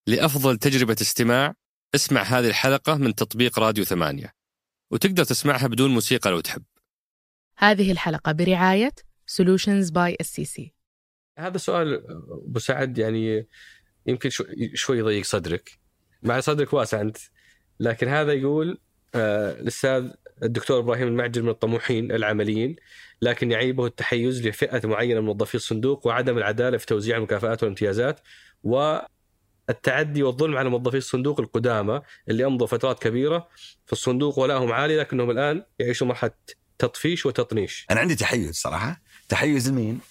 لأفضل تجربة استماع اسمع هذه الحلقة من تطبيق راديو 8 وتقدر تسمعها بدون موسيقى لو تحب. هذه الحلقة برعاية Solutions by SCC. هذا سؤال أبو سعد يعني يمكن شوي يضيق صدرك، مع صدرك واسع أنت، لكن هذا يقول الأستاذ الدكتور إبراهيم المعجل من الطموحين العمليين، لكن يعيبه التحيز لفئة معينة من موظفي الصندوق وعدم العدالة في توزيع المكافآت والامتيازات والتعدي والظلم على موظفي الصندوق القدامى اللي أمضوا فترات كبيرة في الصندوق ولائهم عالي، لكنهم الآن يعيشوا مرحلة تطفيش وتطنيش. أنا عندي تحيز صراحة. تحيز لمين؟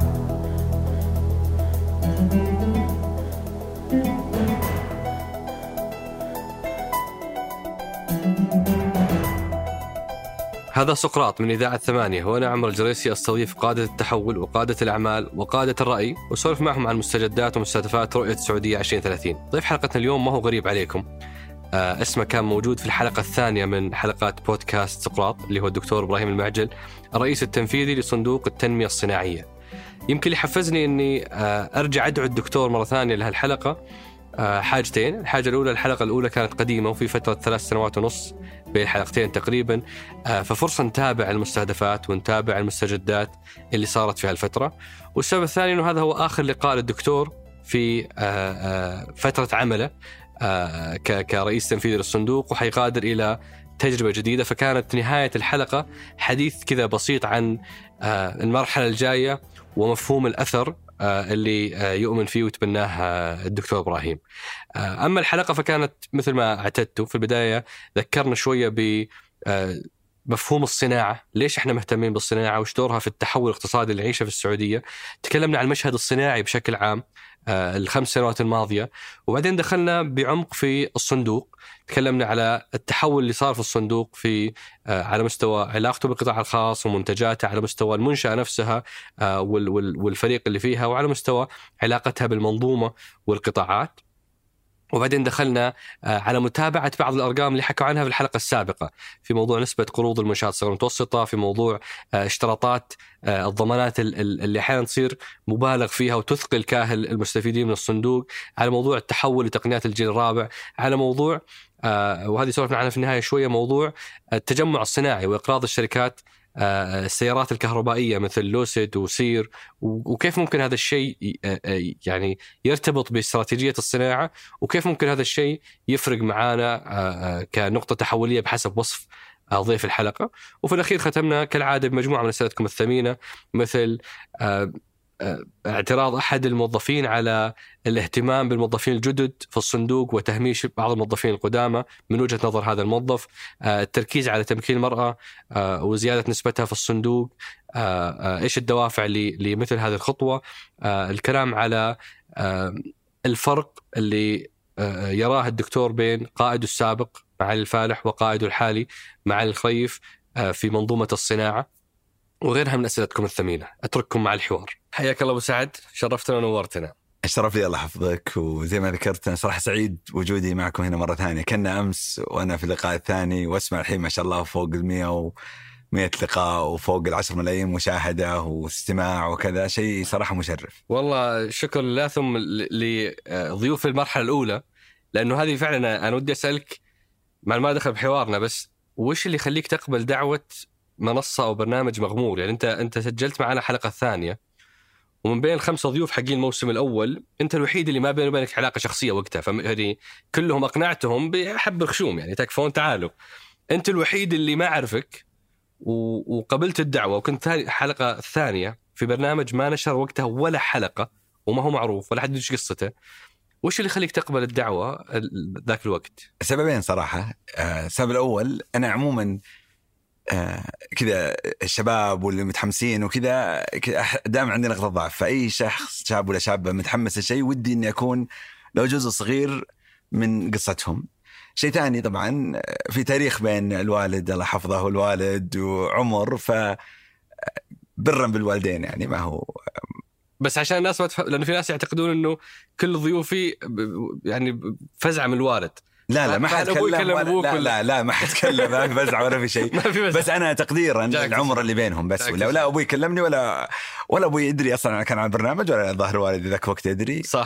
هذا سقراط من إذاعة 8، وأنا عمر الجريسي أستضيف قادة التحول وقادة الأعمال وقادة الرأي وسولف معهم عن مستجدات ومستهدفات رؤية السعودية 2030. ضيف حلقتنا اليوم ما هو غريب عليكم، اسمه كان موجود في الحلقة الثانية من حلقات بودكاست سقراط، اللي هو الدكتور إبراهيم المعجل، الرئيس التنفيذي لصندوق التنمية الصناعية. يمكن اللي حفزني أني أرجع أدعو الدكتور مرة ثانية لهالحلقة حاجتين. الحاجة الأولى، الحلقة الأولى كانت قديمة وفي فترة 3 سنوات ونص بين الحلقتين تقريبا، ففرصة نتابع المستهدفات ونتابع المستجدات اللي صارت في هالفترة. والسبب الثاني أنه هذا هو آخر لقاء للدكتور في فترة عمله كرئيس تنفيذي للصندوق، وحيغادر إلى تجربة جديدة. فكانت نهاية الحلقة حديث كذا بسيط عن المرحلة الجاية ومفهوم الأثر اللي يؤمن فيه وتبناه الدكتور إبراهيم. أما الحلقة فكانت مثل ما اعتدت في البداية، ذكرنا شوية بمفهوم الصناعة، ليش احنا مهتمين بالصناعة وش دورها في التحول الاقتصادي اللي نعيشه في السعودية. تكلمنا عن المشهد الصناعي بشكل عام ال5 سنوات الماضية، وبعدين دخلنا بعمق في الصندوق، تكلمنا على التحول اللي صار في الصندوق في على مستوى علاقته بالقطاع الخاص ومنتجاته، على مستوى المنشأة نفسها والفريق اللي فيها، وعلى مستوى علاقتها بالمنظومة والقطاعات. وبعدين دخلنا على متابعة بعض الأرقام اللي حكوا عنها في الحلقة السابقة، في موضوع نسبة قروض المنشآت الصغيرة والمتوسطة، في موضوع اشتراطات الضمانات اللي أحيانا تصير مبالغ فيها وتثقل كاهل المستفيدين من الصندوق، على موضوع التحول لتقنيات الجيل الرابع، على موضوع وهذه سولفنا عنها في النهاية شوية، موضوع التجمع الصناعي وإقراض الشركات السيارات الكهربائية مثل لوسيد وسير، وكيف ممكن هذا الشيء يعني يرتبط باستراتيجية الصناعة، وكيف ممكن هذا الشيء يفرق معانا كنقطة تحولية بحسب وصف ضيف الحلقة. وفي الأخير ختمنا كالعادة بمجموعة من أسئلتكم الثمينة، مثل اعتراض أحد الموظفين على الاهتمام بالموظفين الجدد في الصندوق وتهميش بعض الموظفين القدامى من وجهة نظر هذا الموظف، التركيز على تمكين المرأة وزيادة نسبتها في الصندوق، إيش الدوافع لمثل هذه الخطوة، الكلام على الفرق اللي يراه الدكتور بين قائده السابق معالي الفالح وقائده الحالي معالي الخريف في منظومة الصناعة، وغيرها من أسئلتكم الثمينة. أترككم مع الحوار. حياك الله أبو سعد، شرفتنا ونورتنا. الشرف لي، الله حفظك. وزي ما ذكرت أنا صراحة سعيد وجودي معكم هنا مرة ثانية. كنا أمس وأنا في اللقاء الثاني، واسمع الحين ما شاء الله فوق 100 لقاء وفوق 10 ملايين مشاهدة واستماع وكذا، شيء صراحة مشرف. والله شكر لله، ثم لضيوف المرحلة الأولى، لأنه هذه فعلا أنا ودي أسألك مع ما دخل بحوارنا، بس وش اللي يخليك تقبل دعوة منصة أو برنامج مغمور؟ يعني أنت سجلت معنا حلقة الثانية، ومن بين 5 ضيوف حقين الموسم الأول أنت الوحيد اللي ما بين وبينك علاقة شخصية وقتها، فيعني كلهم أقنعتهم بحب الخشوم، يعني تكفون تعالوا. أنت الوحيد اللي ما أعرفك وقبلت الدعوة، وكنت حلقة الثانية في برنامج ما نشر وقتها ولا حلقة وما هو معروف ولا حد يدري قصته. وش اللي يخليك تقبل الدعوة ذاك الوقت؟ سببين صراحة. السبب الأول، أنا عموما كذا الشباب واللي متحمسين وكذا دائما عندي نقطة ضعف، فأي شخص شاب ولا شابة متحمس لشيء ودي إني أكون لو جزء صغير من قصتهم. شيء ثاني طبعا في تاريخ بين الوالد الله حفظه والوالد وعمر، فبرا بالوالدين يعني ما هو بس عشان الناس ما لأنه في ناس يعتقدون إنه كل ضيوفي يعني فزعة من الوالد. لا ما حد تكلم، لا ما حد تكلم، ما في فزع ولا في شيء بس أنا تقديرا العمر اللي بينهم بس، ولا أبوي كلمني ولا أبوي يدري أصلا أنا كان على البرنامج ولا ظهر والدي ذاك وقت يدري، صح.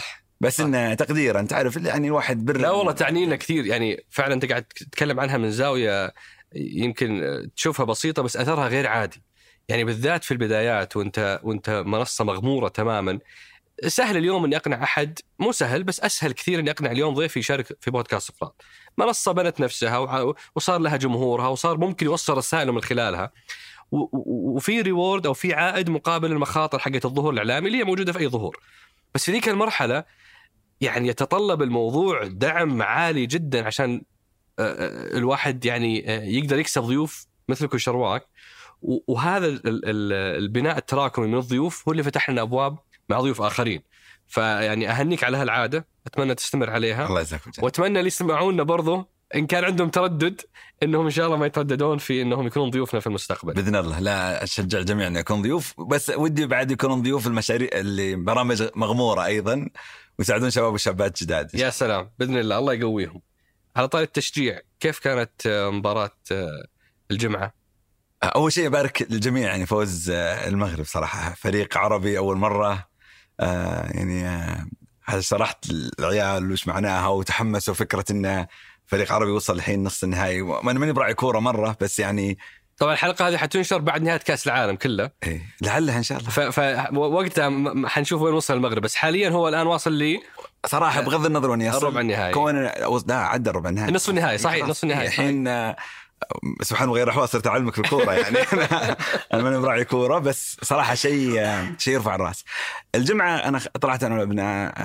بس إنه تقديرا تعرف يعني الواحد لا والله تعني لنا كثير، يعني فعلا أنت قاعد تتكلم عنها من زاوية يمكن تشوفها بسيطة بس أثرها غير عادي، يعني بالذات في البدايات وأنت منصة مغمورة تماما. سهل اليوم أن أقنع أحد، مو سهل بس أسهل كثير أن أقنع اليوم ضيف يشارك في بودكاست سقراط، منصة بنت نفسها وصار لها جمهورها وصار ممكن يوصل رسائل من خلالها، وفي ريورد أو في عائد مقابل المخاطر حقت الظهور الإعلامي اللي هي موجودة في أي ظهور. بس في ذيك المرحلة يعني يتطلب الموضوع دعم عالي جدا عشان الواحد يعني يقدر يكسب ضيوف مثلك وشرواك، وهذا البناء التراكمي من الضيوف هو اللي فتح لنا أبواب مع ضيوف آخرين. فيعني أهنيك على هالعادة، أتمنى تستمر عليها. الله يجزاكم خير. وأتمنى اللي يسمعونا برضو إن كان عندهم تردد إنهم إن شاء الله ما يترددون في إنهم يكونون ضيوفنا في المستقبل بإذن الله. لا أشجع الجميع أن يكون ضيوف، بس ودي بعد يكونون ضيوف المشاريع اللي برامج مغمورة أيضا ويساعدون شباب وشابات جداد. يا سلام بإذن الله، الله يقويهم. على طاري التشجيع، كيف كانت مباراة الجمعة؟ أول شيء أبارك الجميع، يعني فوز المغرب صراحة، فريق عربي أول مرة، يعني شرحت العيال وش معناها وتحمسوا فكرة إنه فريق عربي وصل الحين نص النهائي. وأنا ماني براعي كورة مرة، بس يعني طبعا الحلقة هذه حتنشر بعد نهاية كأس العالم كله، إيه لعلها إن شاء الله. فوقتها حنشوف وين وصل المغرب، بس حاليا هو الآن واصل لي صراحة بغض النظر وين يصل الربع النهائي، كون لا عدى الربع النهائي، نصف النهائي صحيح، نصف النهائي الحين سبحان الله غير أحوال صرت أعلمك الكورة يعني أنا ماني براعي كورة، بس صراحة شيء يرفع الرأس. الجمعة أنا طلعت أنا وابناء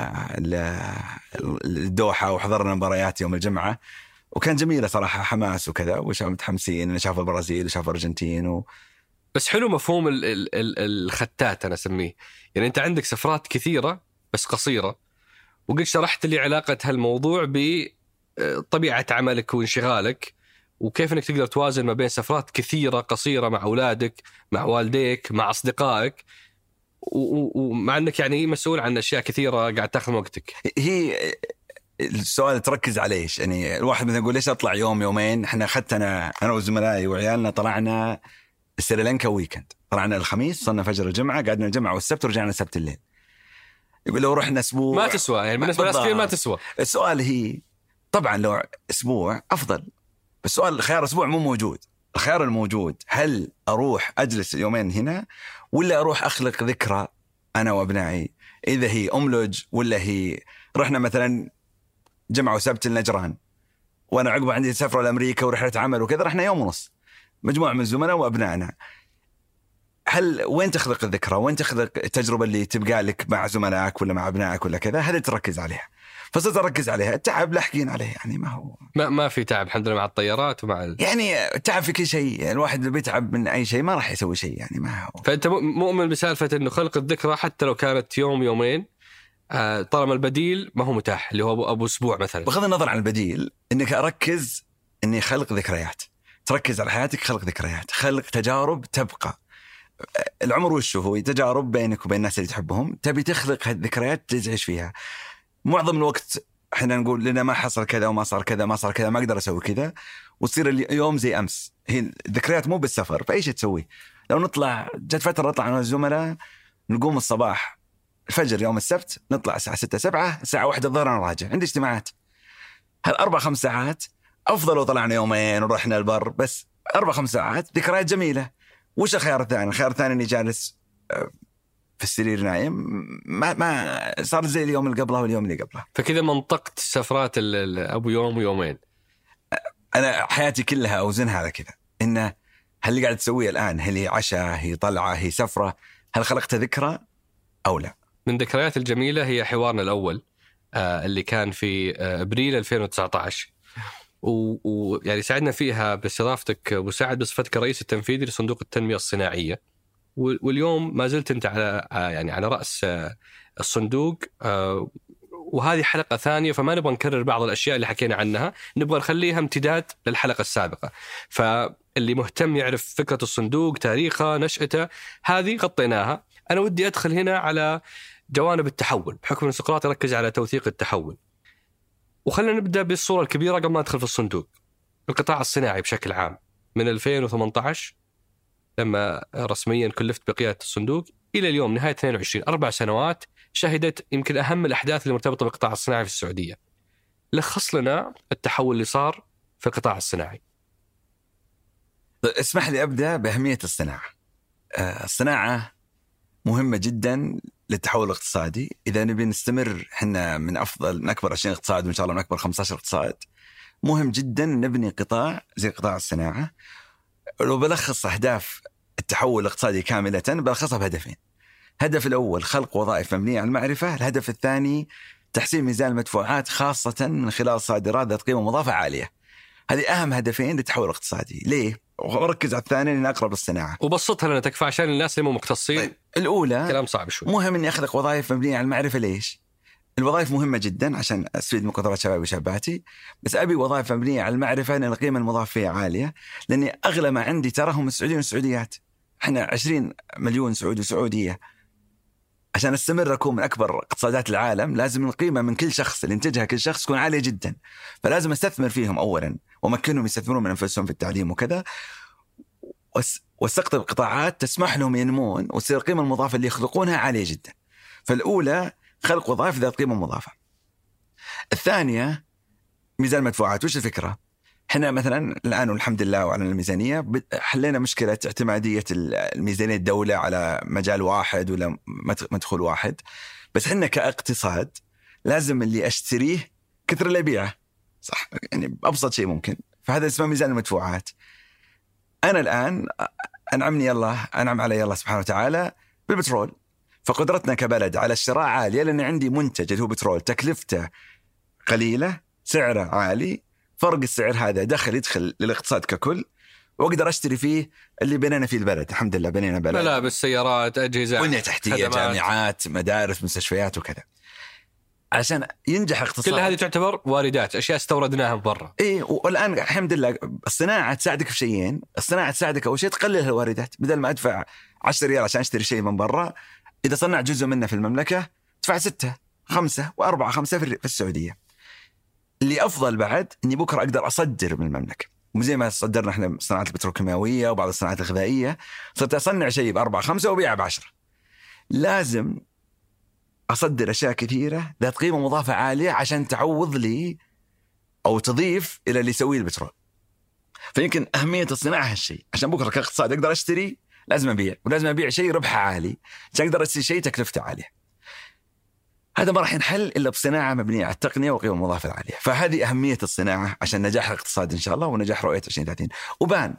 الدوحة وحضرنا مباريات يوم الجمعة، وكان جميلة صراحة، حماس وكذا، وشافوا متحمسين، شافوا البرازيل وشافوا الأرجنتين بس حلو مفهوم الختات أنا أسميه، يعني أنت عندك سفرات كثيرة بس قصيرة، وقد شرحت لي علاقة هالموضوع بطبيعة عملك وانشغالك، وكيف أنك تقدر توازن ما بين سفرات كثيرة قصيرة مع أولادك، مع والديك، مع أصدقائك، ومع أنك يعني مسؤول عن أشياء كثيرة قاعد تأخذ وقتك. هي السؤال تركز على إيش؟ يعني الواحد مثلا يقول ليش أطلع يوم يومين؟ إحنا أخذت أنا وزملائي وعيالنا طلعنا سريلانكا ويكند، طلعنا الخميس صرنا فجر الجمعة، قعدنا الجمعة والسبت ورجعنا السبت الليل. يقول لو رحنا أسبوع ما تسوى، يعني بالنسبة للناس كثير ما تسوى. السؤال هي طبعا لو أسبوع أفضل، بس السؤال خيار أسبوع مو موجود. الخيار الموجود هل أروح أجلس يومين هنا ولا أروح أخلق ذكرى أنا وابنائي، إذا هي أملج ولا هي رحنا مثلا جمعة وسبت النجران وأنا عقب عندي سفرة لأمريكا ورحلة عمل وكذا، رحنا يوم ونص مجموعة من الزملاء وأبنائنا. هل وين تخلق الذكرى، وين تخلق التجربة اللي تبقى لك مع زملائك ولا مع أبنائك ولا كذا، هذا تركز عليها. فصرت أركز عليها. التعب لاحقين عليه، يعني ما هو ما في تعب الحمد لله مع الطيارات ومع يعني التعب في كل شيء، يعني الواحد اللي بيتعب من أي شيء ما راح يسوي شيء، يعني ما هو. فأنت مؤمن بسالفة إنه خلق الذكرى حتى لو كانت يوم يومين، طالما البديل ما هو متاح اللي هو أبو أسبوع مثلا. بغض النظر عن البديل، إنك أركز إني خلق ذكريات، تركز على حياتك، خلق ذكريات، خلق تجارب تبقى. العمر وش هو؟ تجارب بينك وبين الناس اللي تحبهم، تبي تخلق هالذكريات تعيش فيها. معظم الوقت احنا نقول لنا ما حصل كذا وما صار كذا ما صار كذا، ما اقدر اسوي كذا، وتصير اليوم زي امس. هي الذكريات مو بالسفر، فاي شيء تسويه. لو نطلع، جت فتره نطلع مع الزملاء، نقوم الصباح الفجر يوم السبت، نطلع الساعه 6-7، الساعه 1 الظهر انا راجع، عندي اجتماعات. هال4-5 ساعات افضل لو طلعنا يومين ورحنا البر، بس 4-5 ساعات ذكريات جميله. وش الخيار الثاني؟ الخيار الثاني اني جالس في السرير نايم، ما صار زي اليوم اللي قبله واليوم اللي قبله. فكذا منطقة سفرات أبو يوم ويومين. أنا حياتي كلها أوزنها على كذا، إنه هل اللي قاعد تسويه الآن هل هي عشاء، هي طلعة، هي سفرة، هل خلقت ذكرى أو لا؟ من ذكريات الجميلة هي حوارنا الأول اللي كان في أبريل 2019، ويعني ساعدنا فيها باستضافتك أبو سعد بصفتك رئيس التنفيذي لصندوق التنمية الصناعية، واليوم ما زلت أنت على رأس الصندوق، وهذه حلقة ثانية، فما نبغى نكرر بعض الأشياء اللي حكينا عنها، نبغى نخليها امتداد للحلقة السابقة. فاللي مهتم يعرف فكرة الصندوق، تاريخه، نشأته، هذه غطيناها. أنا ودي أدخل هنا على جوانب التحول، بحكم أن سقراط يركز على توثيق التحول. وخلنا نبدأ بالصورة الكبيرة قبل ما ندخل في الصندوق. القطاع الصناعي بشكل عام من 2018 لما رسميا كلفت بقيادة الصندوق إلى اليوم نهاية 22، 4 سنوات شهدت يمكن أهم الأحداث اللي مرتبطة بالقطاع الصناعي في السعودية. لخص لنا التحول اللي صار في القطاع الصناعي. اسمح لي أبدأ بأهمية الصناعة. الصناعة مهمة جدا للتحول الاقتصادي. إذا نبي نستمر حنا من أكبر 20 اقتصاد وإن شاء الله من أكبر 15 اقتصاد، مهم جدا نبني قطاع زي قطاع الصناعة. لو بلخص أهداف التحول الاقتصادي كاملة بلخصها بهدفين. الهدف الأول خلق وظائف مبنية على المعرفة. الهدف الثاني تحسين ميزان المدفوعات خاصة من خلال صادرات ذات قيمة مضافة عالية. هذه أهم هدفين للتحول الاقتصادي. ليه؟ وركز على الثاني لأن أقرب للصناعة. وبسطها لنا تكفى عشان الناس اللي مو مختصين. طيب. الأولى كلام صعب شوي. مهم إني أخلق وظائف مبنية على المعرفة. ليش؟ الوظائف مهمة جدا عشان أستفيد من قدرات شبابي وشاباتي، بس أبي وظائف مبنية على المعرفة لأن القيمة المضافة فيها عالية. لأني أغلى ما عندي تراهم السعوديين والسعوديات. إحنا 20 مليون سعودي وسعودية. عشان استمر أكون من أكبر اقتصادات العالم لازم القيمة من كل شخص اللي ينتجها كل شخص تكون عالية جدا. فلازم استثمر فيهم أولا ومكنهم يستثمرون من أنفسهم في التعليم وكذا، واستقطب قطاعات تسمح لهم ينمون وتصير القيمة المضافة اللي يخلقونها عالية جدا. فالأولى خلق وظائف ذات قيمة مضافة. الثانية ميزان المدفوعات. وش الفكرة؟ احنا مثلا الآن والحمد لله وعلى الميزانية حلينا مشكلة اعتمادية الميزانية الدولة على مجال واحد ولا مدخول واحد. بس احنا كاقتصاد لازم اللي أشتريه كثر اللي أبيعه، صح؟ يعني بأبسط شيء ممكن. فهذا اسمه ميزان المدفوعات. أنا الآن أنعم علي الله سبحانه وتعالى بالبترول، فقدرتنا كبلد على الشراء عالية لأن عندي منتج اللي هو بترول تكلفته قليلة سعره عالي. فرق السعر هذا يدخل للاقتصاد ككل، وأقدر أشتري فيه اللي بنينا فيه البلد. الحمد لله بنينا بلد، ملابس، سيارات، أجهزة، بنية تحتية، خدمات، جامعات، مدارس، مستشفيات وكذا. عشان ينجح اقتصاد كل هذه تعتبر واردات، أشياء استوردناها من برا. إيه. والآن الحمد لله الصناعة تساعدك في شيئين. الصناعة تساعدك أول شيء تقلل الواردات. بدل ما أدفع 10 ريال عشان أشتري شيء من برا، إذا صنع جزء منه في المملكة تدفع 6 5 و4 5 في السعودية. اللي أفضل بعد إني بكرة أقدر أصدر من المملكة، وزي ما صدرنا إحنا صناعة البتروكيماوية وبعض الصناعات الغذائية، صرت أصنع شيء ب4 5 وبيعه ب10. لازم أصدر أشياء كثيرة ذات قيمة مضافة عالية عشان تعوض لي أو تضيف إلى اللي يسويه البترول. فيمكن أهمية الصناعة هالشيء. عشان بكرة كاقتصاد أقدر أشتري لازم أبيع، ولازم أبيع شيء ربحه عالي عشان أقدر أشتري شيء تكلفته عالية. هذا ما راح ينحل إلا بصناعة مبنية على التقنية والقيمة المضافة العالية. فهذه أهمية الصناعة عشان نجاح الاقتصاد إن شاء الله ونجاح رؤية 2030. وبان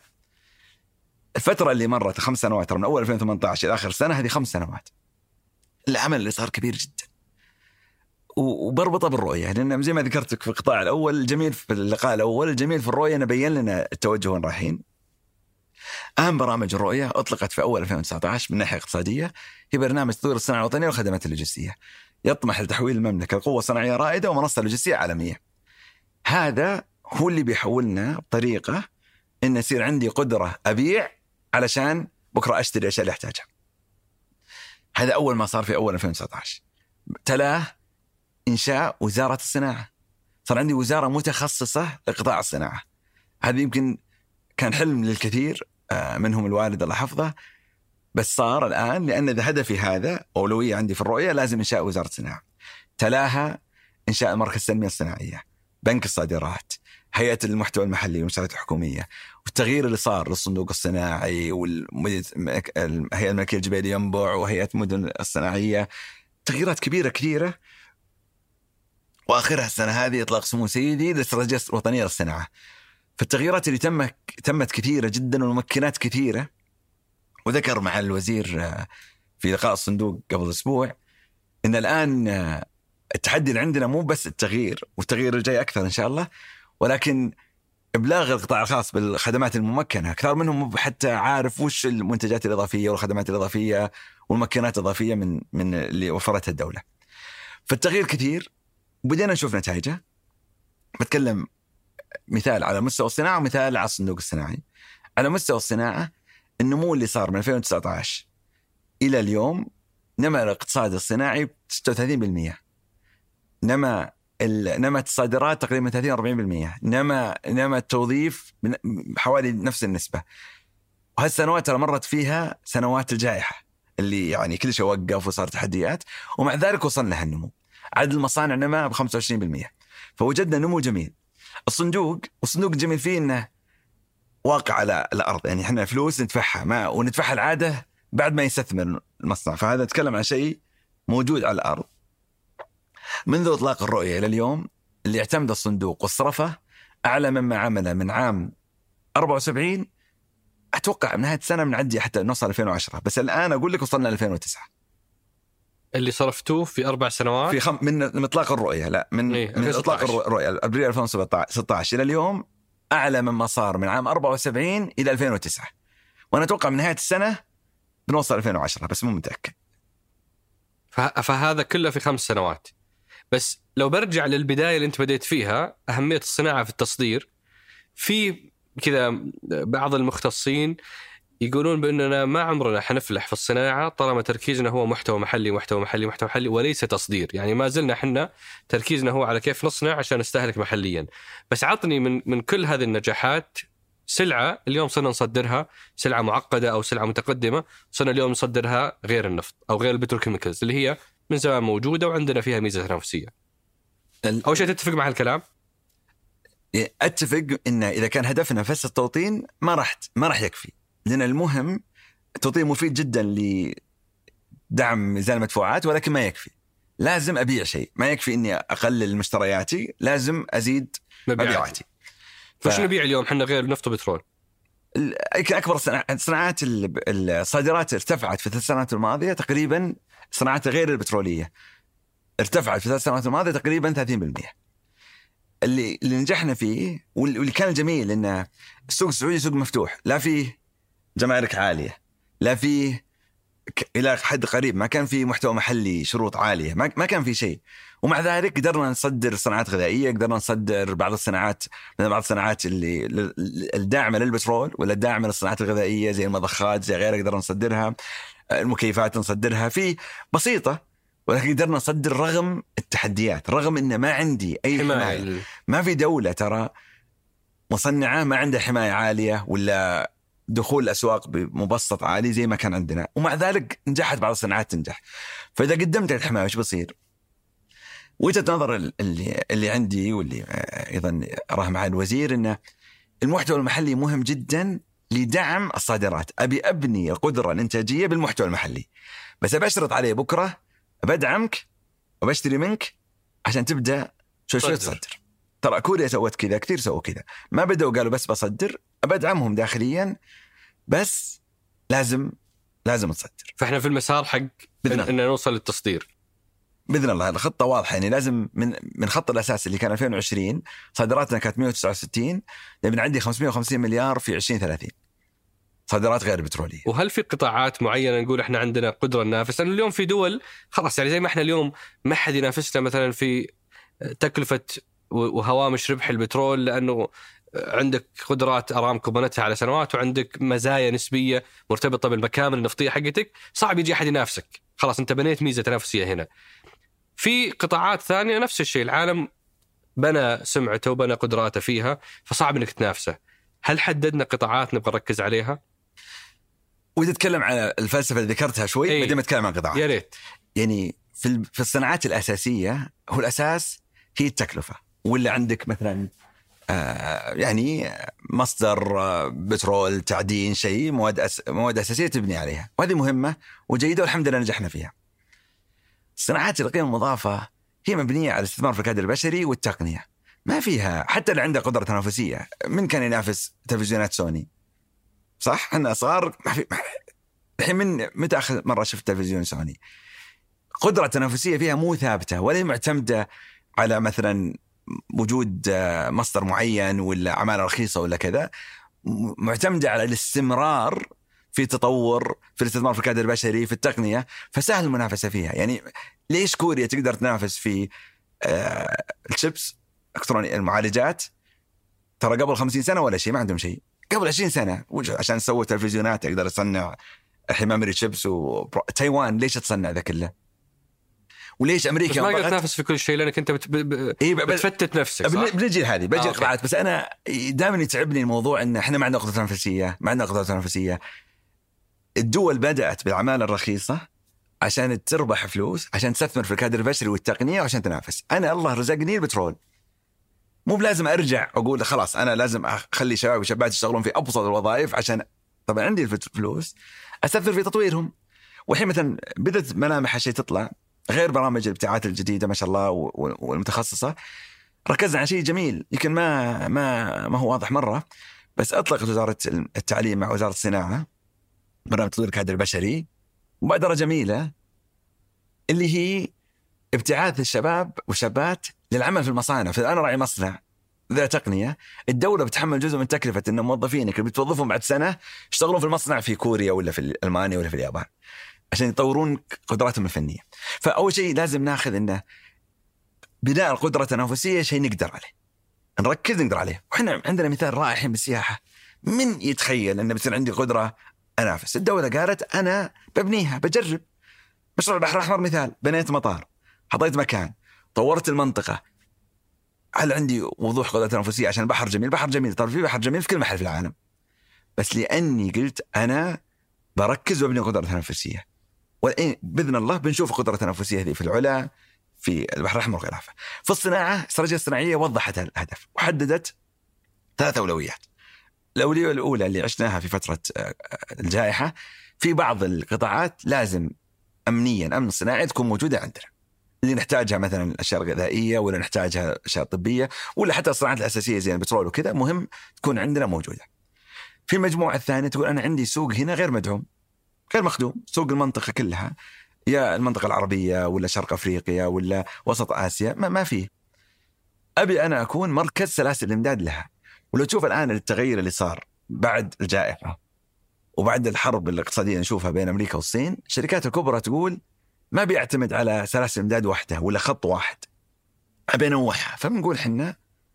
الفترة اللي مرت 5 سنوات من أول 2018 إلى آخر سنة، هذه 5 سنوات العمل اللي صار كبير جدا. وبربطه بالرؤية، لأن زي ما ذكرتك في القطاع الأول الجميل في اللقاء الأول، الجميل في الرؤية نبين لنا التوجه وين رايحين. أهم برامج الرؤية أطلقت في أول 2019 من ناحية اقتصادية هي برنامج تطوير الصناعة الوطنية والخدمات اللوجستية، يطمح لتحويل المملكة لقوة صناعية رائدة ومنصة لوجستية عالمية. هذا هو اللي بيحولنا بطريقة إن يصير عندي قدرة أبيع علشان بكرة أشتري الأشياء اللي أحتاجها. هذا أول ما صار في أول 2019. تلاه إنشاء وزارة الصناعة، صار عندي وزارة متخصصة لقطاع الصناعة. هذا يمكن كان حلم للكثير منهم الوالد الله حفظه، بس صار الآن لأن هدفي هذا أولوية عندي في الرؤية، لازم إنشاء وزارة الصناعة. تلاها إنشاء مركز التنمية الصناعية، بنك الصادرات، هيئة المحتوى المحلي والمساعدات الحكومية، والتغيير اللي صار للصندوق الصناعي والهيئة الملكية الجبيلية ينبع وهيئة المدن الصناعية. تغييرات كبيرة كثيرة، وآخرها السنة هذه إطلاق سمو سيدي للاستراتيجية الوطنية للصناعة. فالتغييرات اللي تمت كثيرة جدا والممكنات كثيرة. وذكر مع الوزير في لقاء الصندوق قبل أسبوع إن الآن التحدي اللي عندنا مو بس التغيير، والتغيير الجاي أكثر إن شاء الله، ولكن إبلاغ القطاع الخاص بالخدمات الممكنة. كثير منهم حتى عارف وش المنتجات الإضافية والخدمات الإضافية والممكنات الإضافية من اللي وفرتها الدولة. فالتغيير كثير وبدينا نشوف نتائجه. بتكلم مثال على مستوى الصناعة ومثال على الصندوق الصناعي. على مستوى الصناعة النمو اللي صار من 2019 إلى اليوم، نما الاقتصاد الصناعي 36%، نما الصادرات تقريبا 30-40%، نما التوظيف حوالي نفس النسبة. وهالسنوات ترى مرت فيها سنوات الجائحة اللي يعني كل شيء وقف وصار تحديات، ومع ذلك وصلنا هالنمو. عدد المصانع نما ب25%، فوجدنا نمو جميل. الصندوق الجميل فيه انه واقع على الارض، يعني احنا فلوس ندفعها وندفعها العاده بعد ما يستثمر المصنع، فهذا نتكلم عن شيء موجود على الارض. منذ اطلاق الرؤيه الى اليوم اللي اعتمد الصندوق والصرفه اعلى مما عمله من عام 74. اتوقع من نهايه السنه بنعدي حتى نوصل 2010، بس الان اقول لك وصلنا 2009 اللي صرفتوه في 4 سنوات في من اطلاق الرؤيه. لا من اطلاق الرؤيه ابريل 2016 الى اليوم اعلى مما صار من عام 74 الى 2009، وانا اتوقع من نهايه السنه بنوصل 2010، بس مو متاكد. فهذا كله في 5 سنوات. بس لو برجع للبدايه اللي انت بديت فيها، اهميه الصناعه في التصدير، في كذا بعض المختصين يقولون بأننا ما عمرنا حنفلح في الصناعة طالما تركيزنا هو محتوى محلي وليس تصدير. يعني ما زلنا حنا تركيزنا هو على كيف نصنع عشان نستهلك محليا. بس عطني من كل هذه النجاحات سلعة اليوم صرنا نصدرها، سلعة معقدة أو سلعة متقدمة صرنا اليوم نصدرها غير النفط أو غير البتروكيميكالز اللي هي من زمان موجودة وعندنا فيها ميزة تنافسية. أول شيء تتفق مع الكلام؟ أتفق إن إذا كان هدفنا بس التوطين ما راح يكفي، لأن المهم التوطين مفيد جدا لدعم ميزان المدفوعات، ولكن ما يكفي. لازم أبيع شيء، ما يكفي إني أقلل مشترياتي، لازم أزيد مبيعاتي. فش نبيع اليوم حنا غير نفط وبترول؟ أكبر صناعات الصادرات ارتفعت في 3 سنوات الماضية تقريبا، صناعات غير البترولية ارتفعت في 3 سنوات الماضية تقريبا 30%. اللي نجحنا فيه واللي كان جميل إن السوق السعودي سوق مفتوح، لا فيه جمارك عالية، لا فيه إلى حد قريب ما كان فيه محتوى محلي شروط عالية، ما كان فيه شيء. ومع ذلك قدرنا نصدر صناعات غذائية، قدرنا نصدر بعض الصناعات اللي الداعمة للبترول ولا الداعمة للصناعات الغذائية زي المضخات زي غيرها، قدرنا نصدرها. المكيفات نصدرها في بسيطة، ولكن قدرنا نصدر رغم التحديات، رغم إن ما عندي أي حماية. ما في دولة ترى مصنعة ما عندها حماية عالية ولا دخول الأسواق بمبسط عالي زي ما كان عندنا، ومع ذلك نجحت بعض الصناعات تنجح. فإذا قدمت الحماية وش بصير؟ وجهة نظر اللي عندي واللي أيضا أراه مع الوزير إن المحتوى المحلي مهم جدا لدعم الصادرات. أبي أبني القدرة الإنتاجية بالمحتوى المحلي، بس أشرط عليه بكرة بدعمك وبشتري منك عشان تبدأ شوي تصدر. ترى كوريا سوت كذا، كثير سووا كذا، ما بدأوا قالوا بس بصدر، أبدعمهم داخليا، بس لازم تصدر. فإحنا في المسار حق إن نوصل للتصدير بإذن الله. الخطة واضحة، يعني لازم من خط الأساس اللي كان 2020 صادراتنا كانت 169، نبي نعدي 550 مليار في 2030 صادرات غير بترولية. وهل في قطاعات معينة نقول إحنا عندنا قدرة ننافس؟ لأن اليوم في دول خلاص، يعني زي ما إحنا اليوم ما حد ينافسنا مثلا في تكلفة وهوامش ربح البترول، لأنه عندك قدرات أرامكو بنتها على سنوات وعندك مزايا نسبية مرتبطة بالمكامن النفطية حقتك، صعب يجي أحد ينافسك. خلاص أنت بنيت ميزة تنافسية هنا. في قطاعات ثانية نفس الشيء، العالم بنى سمعته وبنى قدراته فيها، فصعب انك تنافسه. هل حددنا قطاعات نبغى نركز عليها؟ وتتكلم على الفلسفة اللي ذكرتها شوي بعدين نتكلم عن قطاعات. يا ريت. يعني في الصناعات الأساسية هو الأساس هي التكلفة، ولا عندك مثلا يعني مصدر بترول، تعدين، شيء مواد أساسية تبني عليها، وهذه مهمة وجيدة والحمد لله نجحنا فيها. الصناعات القيمة المضافة هي مبنية على الاستثمار في الكادر البشري والتقنية، ما فيها حتى اللي عنده قدرة تنافسية. من كان ينافس تلفزيونات سوني؟ صح، احنا صغار ما في الحين. من متى آخر مرة شفت تلفزيون سوني؟ قدرة تنافسية فيها مو ثابتة ولا معتمدة على مثلا وجود مصدر معين ولا عمالة رخيصة ولا كذا، معتمدة على الاستمرار في تطور، في الاستثمار في الكادر البشري، في التقنية، فسهل المنافسة فيها. يعني ليش كوريا تقدر تنافس في الشيبس إلكتروني المعالجات؟ ترى قبل 50 سنة ولا شيء، ما عندهم شيء. قبل 20 سنة عشان تسوي تلفزيونات يقدر يصنع حمامري شيبس. تايوان ليش تصنع ذا كله؟ وليش أمريكا ما قدرت تنافس في كل شيء لأنك أنت بتفتت نفسك. بنجي لهذه قطاعات. بس أنا دائما يتعبني الموضوع إن إحنا ما عندنا قدرة تنافسية، الدول بدأت بالأعمال الرخيصة عشان تربح فلوس، عشان تستثمر في الكادر البشري والتقنية وعشان تنافس. أنا الله رزقني البترول، مو بلازم أرجع أقول خلاص أنا لازم أخلي شباب وشابات يشتغلون في أبسط الوظائف عشان طبعا عندي الفلوس أستثمر في تطويرهم. والحين مثلا بدأت ملامح هالشيء تطلع، غير برامج الابتعاث الجديدة ما شاء الله والمتخصصة، ركزنا على شيء جميل يمكن ما هو واضح مرة، بس أطلقت وزارة التعليم مع وزارة الصناعة برنامج تطوير الكادر البشري، مبادرة جميلة اللي هي ابتعاث الشباب والشابات للعمل في المصانع. فأنا راعي مصنع ذا تقنية، الدولة بتحمل جزء من تكلفة إن موظفينك اللي بتوظفهم بعد سنة يشتغلون في المصنع في كوريا ولا في ألمانيا ولا في اليابان عشان يطورون قدراتهم الفنية. فأول شيء لازم ناخذ إنه بناء القدرة التنافسية شيء نقدر عليه، نركز نقدر عليه. وإحنا عندنا مثال رائع الحين بالسياحة، من يتخيل أن بتصير عندي قدرة أنافس؟ الدولة قالت أنا ببنيها، بجرب. مشروع البحر الأحمر مثال، بنيت مطار، حطيت مكان، طورت المنطقة. هل عندي وضوح قدرة تنافسية عشان البحر جميل؟ بحر جميل، طبعا في بحر جميل في كل محل في العالم، بس لأني قلت أنا بركز وابني قدرة تنافسية، وبإذن الله بنشوف قدرة تنافسية هذه في العلا، في البحر الأحمر وخلافه. في الصناعة الاستراتيجية الصناعية وضحت الهدف وحددت 3 أولويات. الأولوية الأولى اللي عشناها في فترة الجائحة، في بعض القطاعات لازم أمنيا أمن الصناعي تكون موجودة عندنا، اللي نحتاجها مثلا الأشياء الغذائية ولا نحتاجها الأشياء الطبية ولا حتى الصناعات الأساسية زي البترول وكذا، مهم تكون عندنا موجودة. في المجموعة الثانية تقول أنا عندي سوق هنا غير مدعوم غير مخدوم، سوق المنطقة كلها، يا المنطقة العربية ولا شرق أفريقيا ولا وسط آسيا، ما فيه. أبي أنا أكون مركز سلاسل الإمداد لها. ولو تشوف الآن التغير اللي صار بعد الجائحة وبعد الحرب الاقتصادية نشوفها بين أمريكا والصين، الشركات الكبرى تقول ما بيعتمد على سلاسل إمداد واحدة ولا خط واحد، أبي أنوعها. فبنقول حنا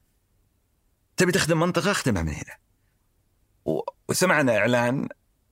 تبي تخدم منطقة اخدمها من هنا. وسمعنا إعلان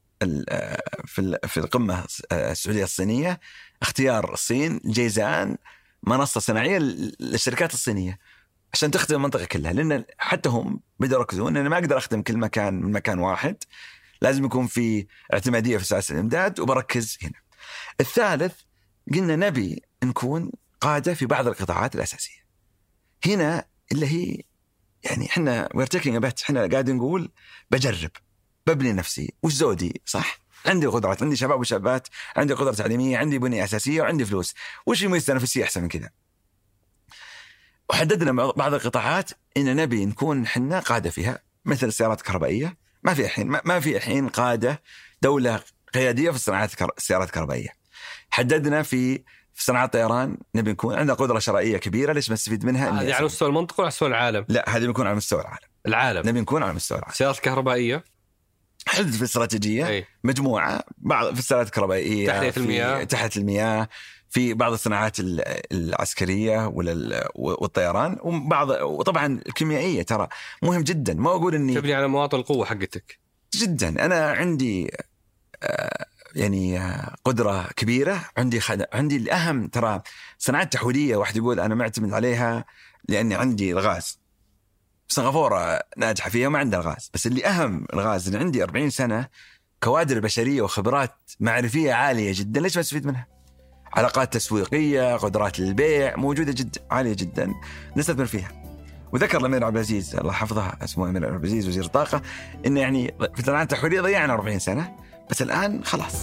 في القمة السعودية الصينية اختيار الصين جيزان منصة صناعية للشركات الصينية عشان تخدم المنطقة كلها، لأن حتى هم بدأوا يركزون أن ما أقدر أخدم كل مكان من مكان واحد، لازم يكون في اعتمادية في سلاسل الإمداد، وبركز هنا. الثالث قلنا نبي نكون قادة في بعض القطاعات الأساسية. هنا اللي هي يعني إحنا we're taking a bet، إحنا قاعدين نقول بجرب، ببني نفسي، وش زودي صح؟ عندي قدرات، عندي شباب وشابات، عندي قدرة تعليمية، عندي بنية أساسية، وعندي فلوس، وش يميز تنافسية أحسن من كذا؟ وحددنا بعض القطاعات إن نبي نكون حنا قادة فيها، مثل السيارات الكهربائية. ما في الحين قادة دولة قيادية في السيارات الكهربائية. حددنا في صناعة الطيران نبي نكون عندنا قدرة شرائية كبيرة، ليش ما نستفيد منها؟ هذه على مستوى المنطقة ولا على مستوى العالم؟ لا، هذه بنكون على مستوى العالم. نبي نكون على مستوى العالم. سيارات كهربائية حدد في الاستراتيجية مجموعة، بعض في السيارات الكهربائية تحت المياه، في بعض الصناعات العسكرية والطيران، وطبعا الكيميائية. ترى مهم جدا، ما أقول إني تبني على مواطن القوة حقتك جدا. أنا عندي يعني قدرة كبيرة، عندي الأهم. ترى صناعات تحويلية واحد يقول أنا معتمد عليها لأني عندي الغاز، سنغافورة ناجحة فيها ما عندها الغاز، بس اللي أهم الغاز اللي عندي 40 سنة كوادر بشرية وخبرات معرفية عالية جدا، ليش ما استفيد منها؟ علاقات تسويقية، قدرات البيع موجودة جدا عالية جدا، نستثمر فيها. وذكر الأمير عبد العزيز الله حفظه، اسمه أمير عبد العزيز وزير الطاقة، إنه يعني في الصناعات التحويلية ضيعنا 40 سنة، بس الآن خلاص.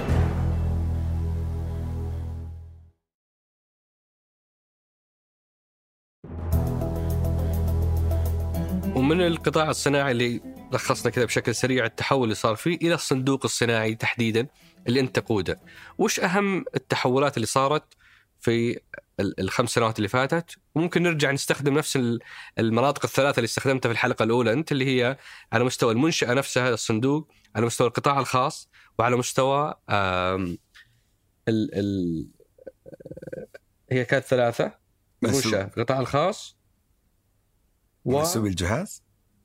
ومن القطاع الصناعي اللي لخصنا كذا بشكل سريع التحول اللي صار فيه إلى الصندوق الصناعي تحديدا اللي أنت تقوده، وش أهم التحولات اللي صارت في ال5 سنوات اللي فاتت؟ وممكن نرجع نستخدم نفس المناطق الثلاثة اللي استخدمتها في الحلقة الأولى أنت، اللي هي على مستوى المنشأة نفسها الصندوق، على مستوى القطاع الخاص، وعلى مستوى هي كانت 3 منشأة، القطاع الخاص وسوق الجهاز،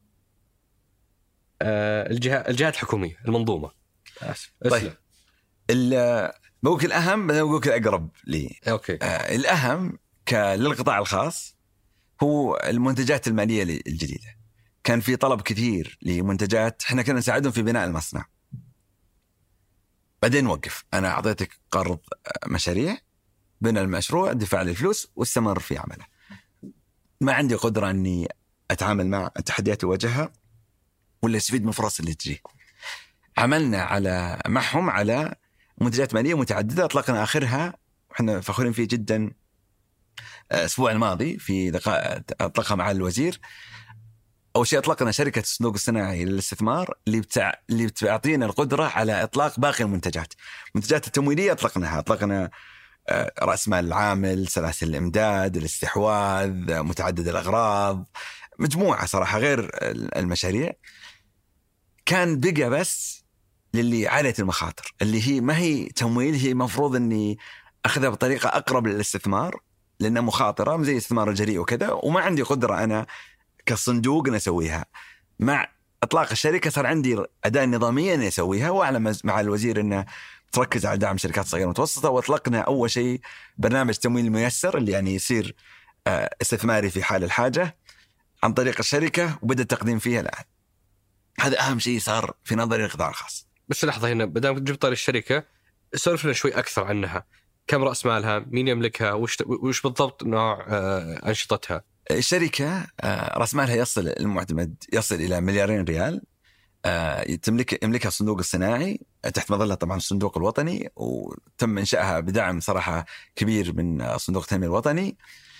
الجهات الحكومية، المنظومة. طيب بقولك الأهم، بقولك الأقرب لي. أوكي. الأهم للقطاع الخاص هو المنتجات المالية الجديدة. كان في طلب كثير لمنتجات، احنا كنا نساعدهم في بناء المصنع، بعدين نوقف. أنا أعطيتك قرض مشاريع، بنى المشروع، دفع لي الفلوس واستمر في عمله. ما عندي قدرة أني أتعامل مع التحديات اللي واجهها ولا أستفيد من الفرص اللي تجي. عملنا معهم على منتجات مالية متعددة، أطلقنا آخرها وإحنا فخورين فيه جدا الأسبوع الماضي في لقاء أطلقها مع الوزير. أول شيء أطلقنا شركة الصندوق الصناعي للاستثمار اللي بتعطينا القدرة على إطلاق باقي المنتجات التمويلية. أطلقنا رأس مال العامل، سلاسل الإمداد، الاستحواذ، متعدد الأغراض، مجموعة صراحة غير المشاريع. كان بقى بس للي عالية المخاطر، اللي هي ما هي تمويل، هي مفروض أني أخذها بطريقة أقرب للاستثمار لأنها مخاطرة زي الاستثمار الجريء وكذا، وما عندي قدرة أنا كصندوق نسويها. مع إطلاق الشركة صار عندي أداة نظامية أني أسويها، وأعلم مع الوزير أنه تركز على دعم شركات صغيرة ومتوسطة. وأطلقنا أول شيء برنامج تمويل ميسر، اللي يعني يصير استثماري في حال الحاجة عن طريق الشركة، وبدأ التقديم فيها الآن. هذا أهم شيء صار في نظري القطاع الخاص. بس لحظة هنا، بدام جبت الشركة سولف لنا شوي أكثر عنها. كم رأس مالها؟ مين يملكها؟ وش بالضبط نوع أنشطتها؟ الشركة رأس مالها يصل إلى 2 مليار ريال. يملكها الصندوق الصناعي تحت مظلة طبعا الصندوق الوطني، وتم إنشائها بدعم صراحة كبير من صندوق التنمية الوطني.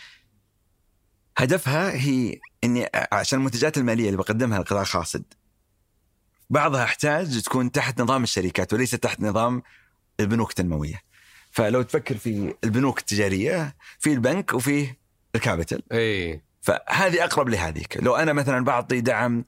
هدفها هي إني عشان المنتجات المالية اللي بقدمها للقطاع الخاص بعضها يحتاج تكون تحت نظام الشركات وليس تحت نظام البنوك التنموية. فلو تفكر في البنوك التجارية، في البنك وفي الكابيتال، فهذه أقرب لهذيك. لو أنا مثلا بعطي دعم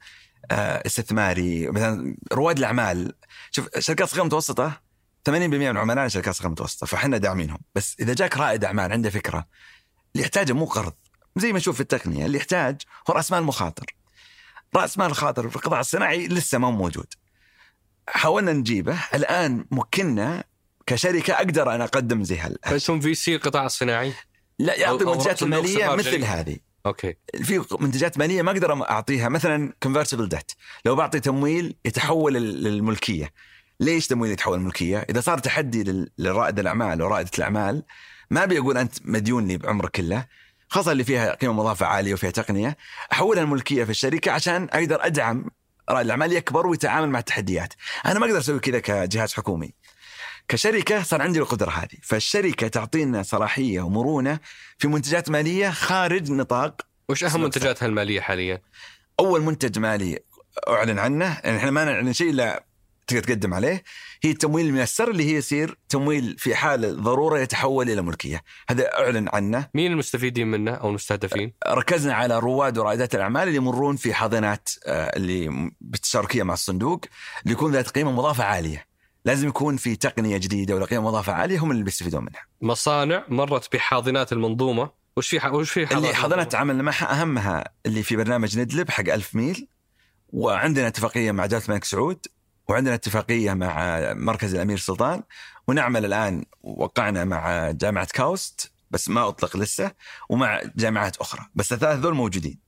استثماري مثلا رواد الأعمال، شوف شركات صغيرة متوسطة 80% من عملائنا شركات صغيرة متوسطة، فحنا داعمينهم. بس إذا جاك رائد أعمال عنده فكرة، اللي يحتاجه مو قرض زي ما نشوف في التقنية، اللي يحتاج هو رأس مال مخاطر. رأس مال خاطر في القطاع الصناعي لسه ما موجود، حاولنا نجيبه. الآن ممكننا كشركة أقدر أنا أقدم زي هلا. فأنتم VC القطاع الصناعي لا يعطي منتجات مالية مثل هذه. أوكي. في منتجات مالية ما أقدر أعطيها، مثلا convertible debt. لو بعطي تمويل يتحول للملكية. ليش تمويل يتحول للملكية؟ إذا صار تحدي للرائد الأعمال ورائدة الأعمال، ما بيقول أنت مديون لي بعمرك كله، خاصة اللي فيها قيمة مضافة عالية وفيها تقنية، أحولها الملكية في الشركة عشان أقدر أدعم رائد الأعمال يكبر ويتعامل مع التحديات. أنا ما أقدر أسوي كذا كجهاز حكومي. كشركة صار عندي القدرة هذه، فالشركة تعطينا صلاحية ومرونة في منتجات مالية خارج نطاق. وش أهم منتجاتها المالية حاليا؟ أول منتج مالي أعلن عنه، يعني إحنا ما نعلن شيء إلا تقدر تقدم عليه، هي التمويل الميسر، اللي هي يصير تمويل في حال ضرورة يتحول إلى ملكية. هذا أعلن عنه. مين المستفيدين منه أو المستهدفين؟ ركزنا على رواد ورائدات الأعمال اللي يمرون في حاضنات اللي بالتشاركية مع الصندوق، اللي يكون ذات قيمة مضافة عالية. لازم يكون في تقنية جديدة ولا قيمة مضافة عالية، هم اللي بيستفيدون منها. مصانع مرت بحاضنات المنظومة. وش في اللي حاضنات عملنا معها أهمها اللي في برنامج ندلب حق 1000 ميل، وعندنا اتفاقية مع دولة الملك سعود، وعندنا اتفاقية مع مركز الأمير سلطان، ونعمل الآن وقعنا مع جامعة كاوست بس ما أطلق لسه، ومع جامعات أخرى، بس الثلاث ذول موجودين.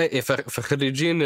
فخريجين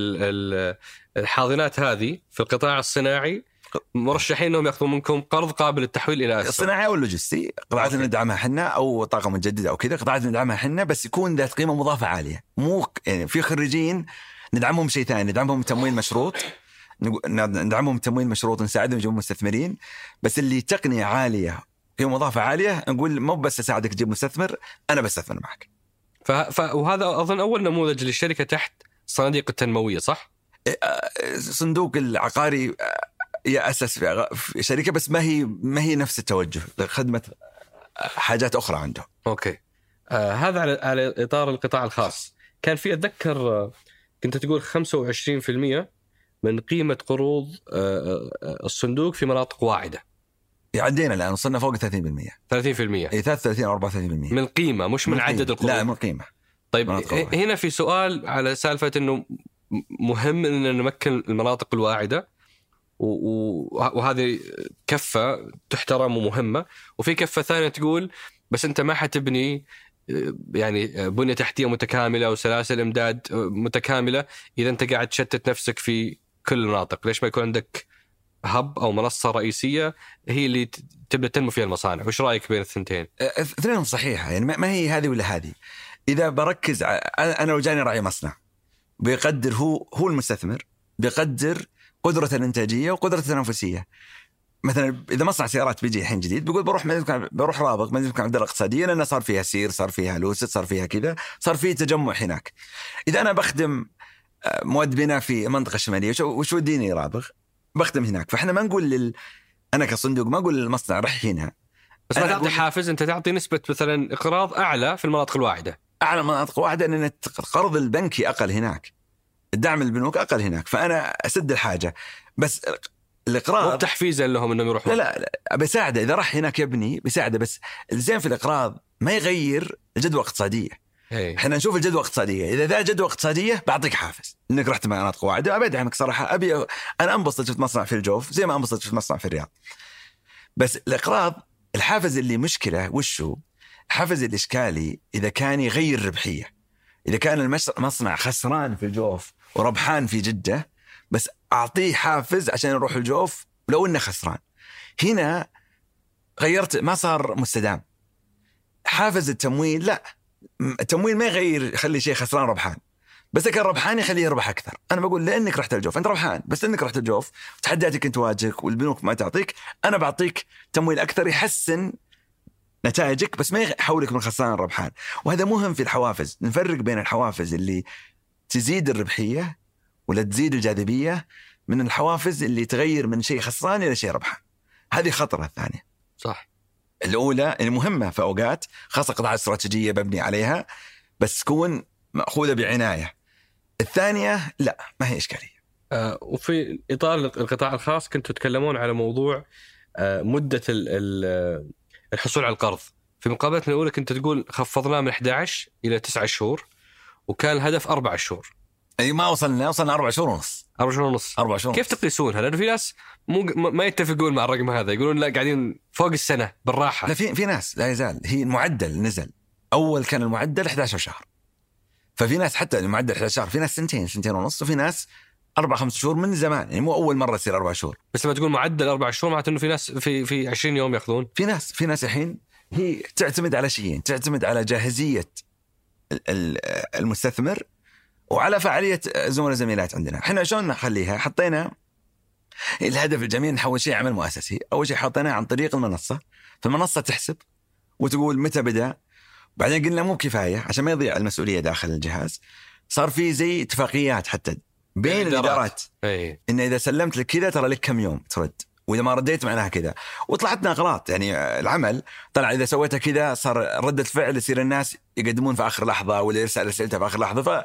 الحاضنات هذه في القطاع الصناعي مرشحين انهم ياخذون منكم قرض قابل للتحويل الى اسهم. الصناعي او اللوجستي، قطاعات ندعمها احنا او طاقه متجدده او كذا، قطاعات ندعمها احنا بس يكون ذات قيمه مضافه عاليه. مو يعني في خريجين ندعمهم شيء ثاني، ندعمهم تمويل مشروط، ندعمهم تمويل مشروط، نساعدهم يجيبون مستثمرين، بس اللي تقنيه عاليه قيمه مضافه عاليه نقول مو بس اساعدك تجيب مستثمر، انا بستثمر معك. وهذا اظن اول نموذج للشركه تحت صناديق التنمويه، صح؟ صندوق العقاري يأسس في شركة بس ما هي نفس التوجه لخدمة حاجات أخرى عنده. أوكي. هذا على إطار القطاع الخاص. كان في أتذكر كنت تقول 25% من قيمة قروض الصندوق في مناطق واعدة. عدينا الآن وصلنا فوق 30%. 30%. 33 أو 34% من القيمة، مش من عدد القروض. لا، من القيمة. طيب هنا في سؤال على سالفة إنه مهم إن نمكن المناطق الواعدة، وهذه كفة تحترم ومهمة، وفي كفة ثانية تقول بس أنت ما حتبني يعني بنية تحتية متكاملة وسلاسل إمداد متكاملة إذا أنت قاعد تشتت نفسك في كل المناطق. ليش ما يكون عندك هب أو منصة رئيسية هي اللي تبدأ تنمو فيها المصانع. وش رأيك بين الثنتين؟ اثنين صحيحة، يعني ما هي هذه ولا هذه. إذا بركز أنا لو جاني راعي مصنع بيقدر هو المستثمر بيقدر قدرة الإنتاجية وقدرة التنافسية. مثلا إذا مصنع سيارات بيجي الحين جديد بيقول بروح رابغ مدينة العدالة الاقتصادية، لأن صار فيها سير، صار فيها لوسد، صار فيها كذا، صار فيه تجمع هناك. إذا أنا بخدم مواد بناء في المنطقة الشمالية وش وديني رابغ بخدم هناك. فإحنا ما نقول أنا كصندوق ما أقول للمصنع رح هنا، بس ما تعطي حافز، أنت تعطي نسبة مثلا إقراض أعلى في المناطق الواحدة. أعلى مناطق واحدة لأن القرض البنكي أقل هناك، الدعم البنوك أقل هناك، فأنا أسد الحاجة. بس الإقراض تحفيزا لهم أنهم يروحون. لا بساعده إذا راح هناك يبني بساعده. بس الزين في الإقراض ما يغير الجدوى الاقتصادية. احنا نشوف الجدوى الاقتصادية، إذا ذا جدوى اقتصادية بعطيك حافز إنك رحت مناطق واحدة أبدعمك صراحة. أنا أنبسط في مصنع في الجوف زي ما أنبسط في مصنع في الرياض. بس الإقراض الحافز اللي مشكلة وشو الحافز الإشكالي إذا كان يغير ربحية. إذا كان المصنع خسران في الجوف وربحان في جدة بس أعطيه حافز عشان يروح الجوف ولو إنه خسران، هنا غيرت ما صار مستدام. حافز التمويل لا، التمويل ما يغير يخلي شيء خسران ربحان، بس كان ربحان يخليه يربح أكثر. أنا بقول لأنك رحت الجوف أنت ربحان، بس لأنك رحت الجوف وتحدياتك أنت تواجهك والبنوك ما تعطيك، أنا بعطيك تمويل أكثر يحسن نتائجك بس ما يحولك من خسران ربحان. وهذا مهم في الحوافز، نفرق بين الحوافز اللي تزيد الربحية ولا تزيد الجاذبية من الحوافز اللي تغير من شيء خسران إلى شيء ربحان. هذه خطرة الثانية. صح. الأولى المهمة في أوقات خاصة قطاع استراتيجية ببني عليها بس تكون مأخوذة بعناية. الثانية لا ما هي إشكالية. وفي إطار القطاع الخاص كنتوا تتكلمون على موضوع مدة الحصول على القرض. في مقابلتنا الأولى كنت تقول خفضناه من 11 إلى 9 شهور وكان الهدف 4 شهور. أي ما وصلنا 4 شهور ونص. 4 شهور ونص. 4 شهور. كيف تقيسونها؟ لأنه في ناس ما يتفقون مع الرقم هذا، يقولون لا قاعدين فوق السنة بالراحة. لا في ناس لا يزال هي المعدل نزل. أول كان المعدل 11 شهر، ففي ناس حتى المعدل 11 شهر، في ناس سنتين ونص، وفي ناس 4-5 شهور من زمان، يعني مو أول مرة يصير 4 شهور. بس لما تقول معدل 4 شهور معناته إنه في ناس في 20 يوم يأخذون. في ناس الحين هي تعتمد على شيئين، تعتمد على جاهزية المستثمر وعلى فعالية زميلات عندنا. احنا شلون نخليها؟ حطينا الهدف الجميل نحول شيء عمل مؤسسي. أول شيء حطيناه عن طريق المنصة، فالمنصة تحسب وتقول متى بدأ. بعدين قلنا مو كفاية عشان ما يضيع المسؤولية داخل الجهاز، صار في زي اتفاقيات حتى بين الإدارات إن إذا سلمت لك كذا ترى لك كم يوم ترد، وإذا ما رديت معناها كذا. وطلعتنا غلط، يعني العمل طلع إذا سويتها كذا صار ردة فعل يصير الناس يقدمون في آخر لحظة ولا يرسل أسئلته في آخر لحظة.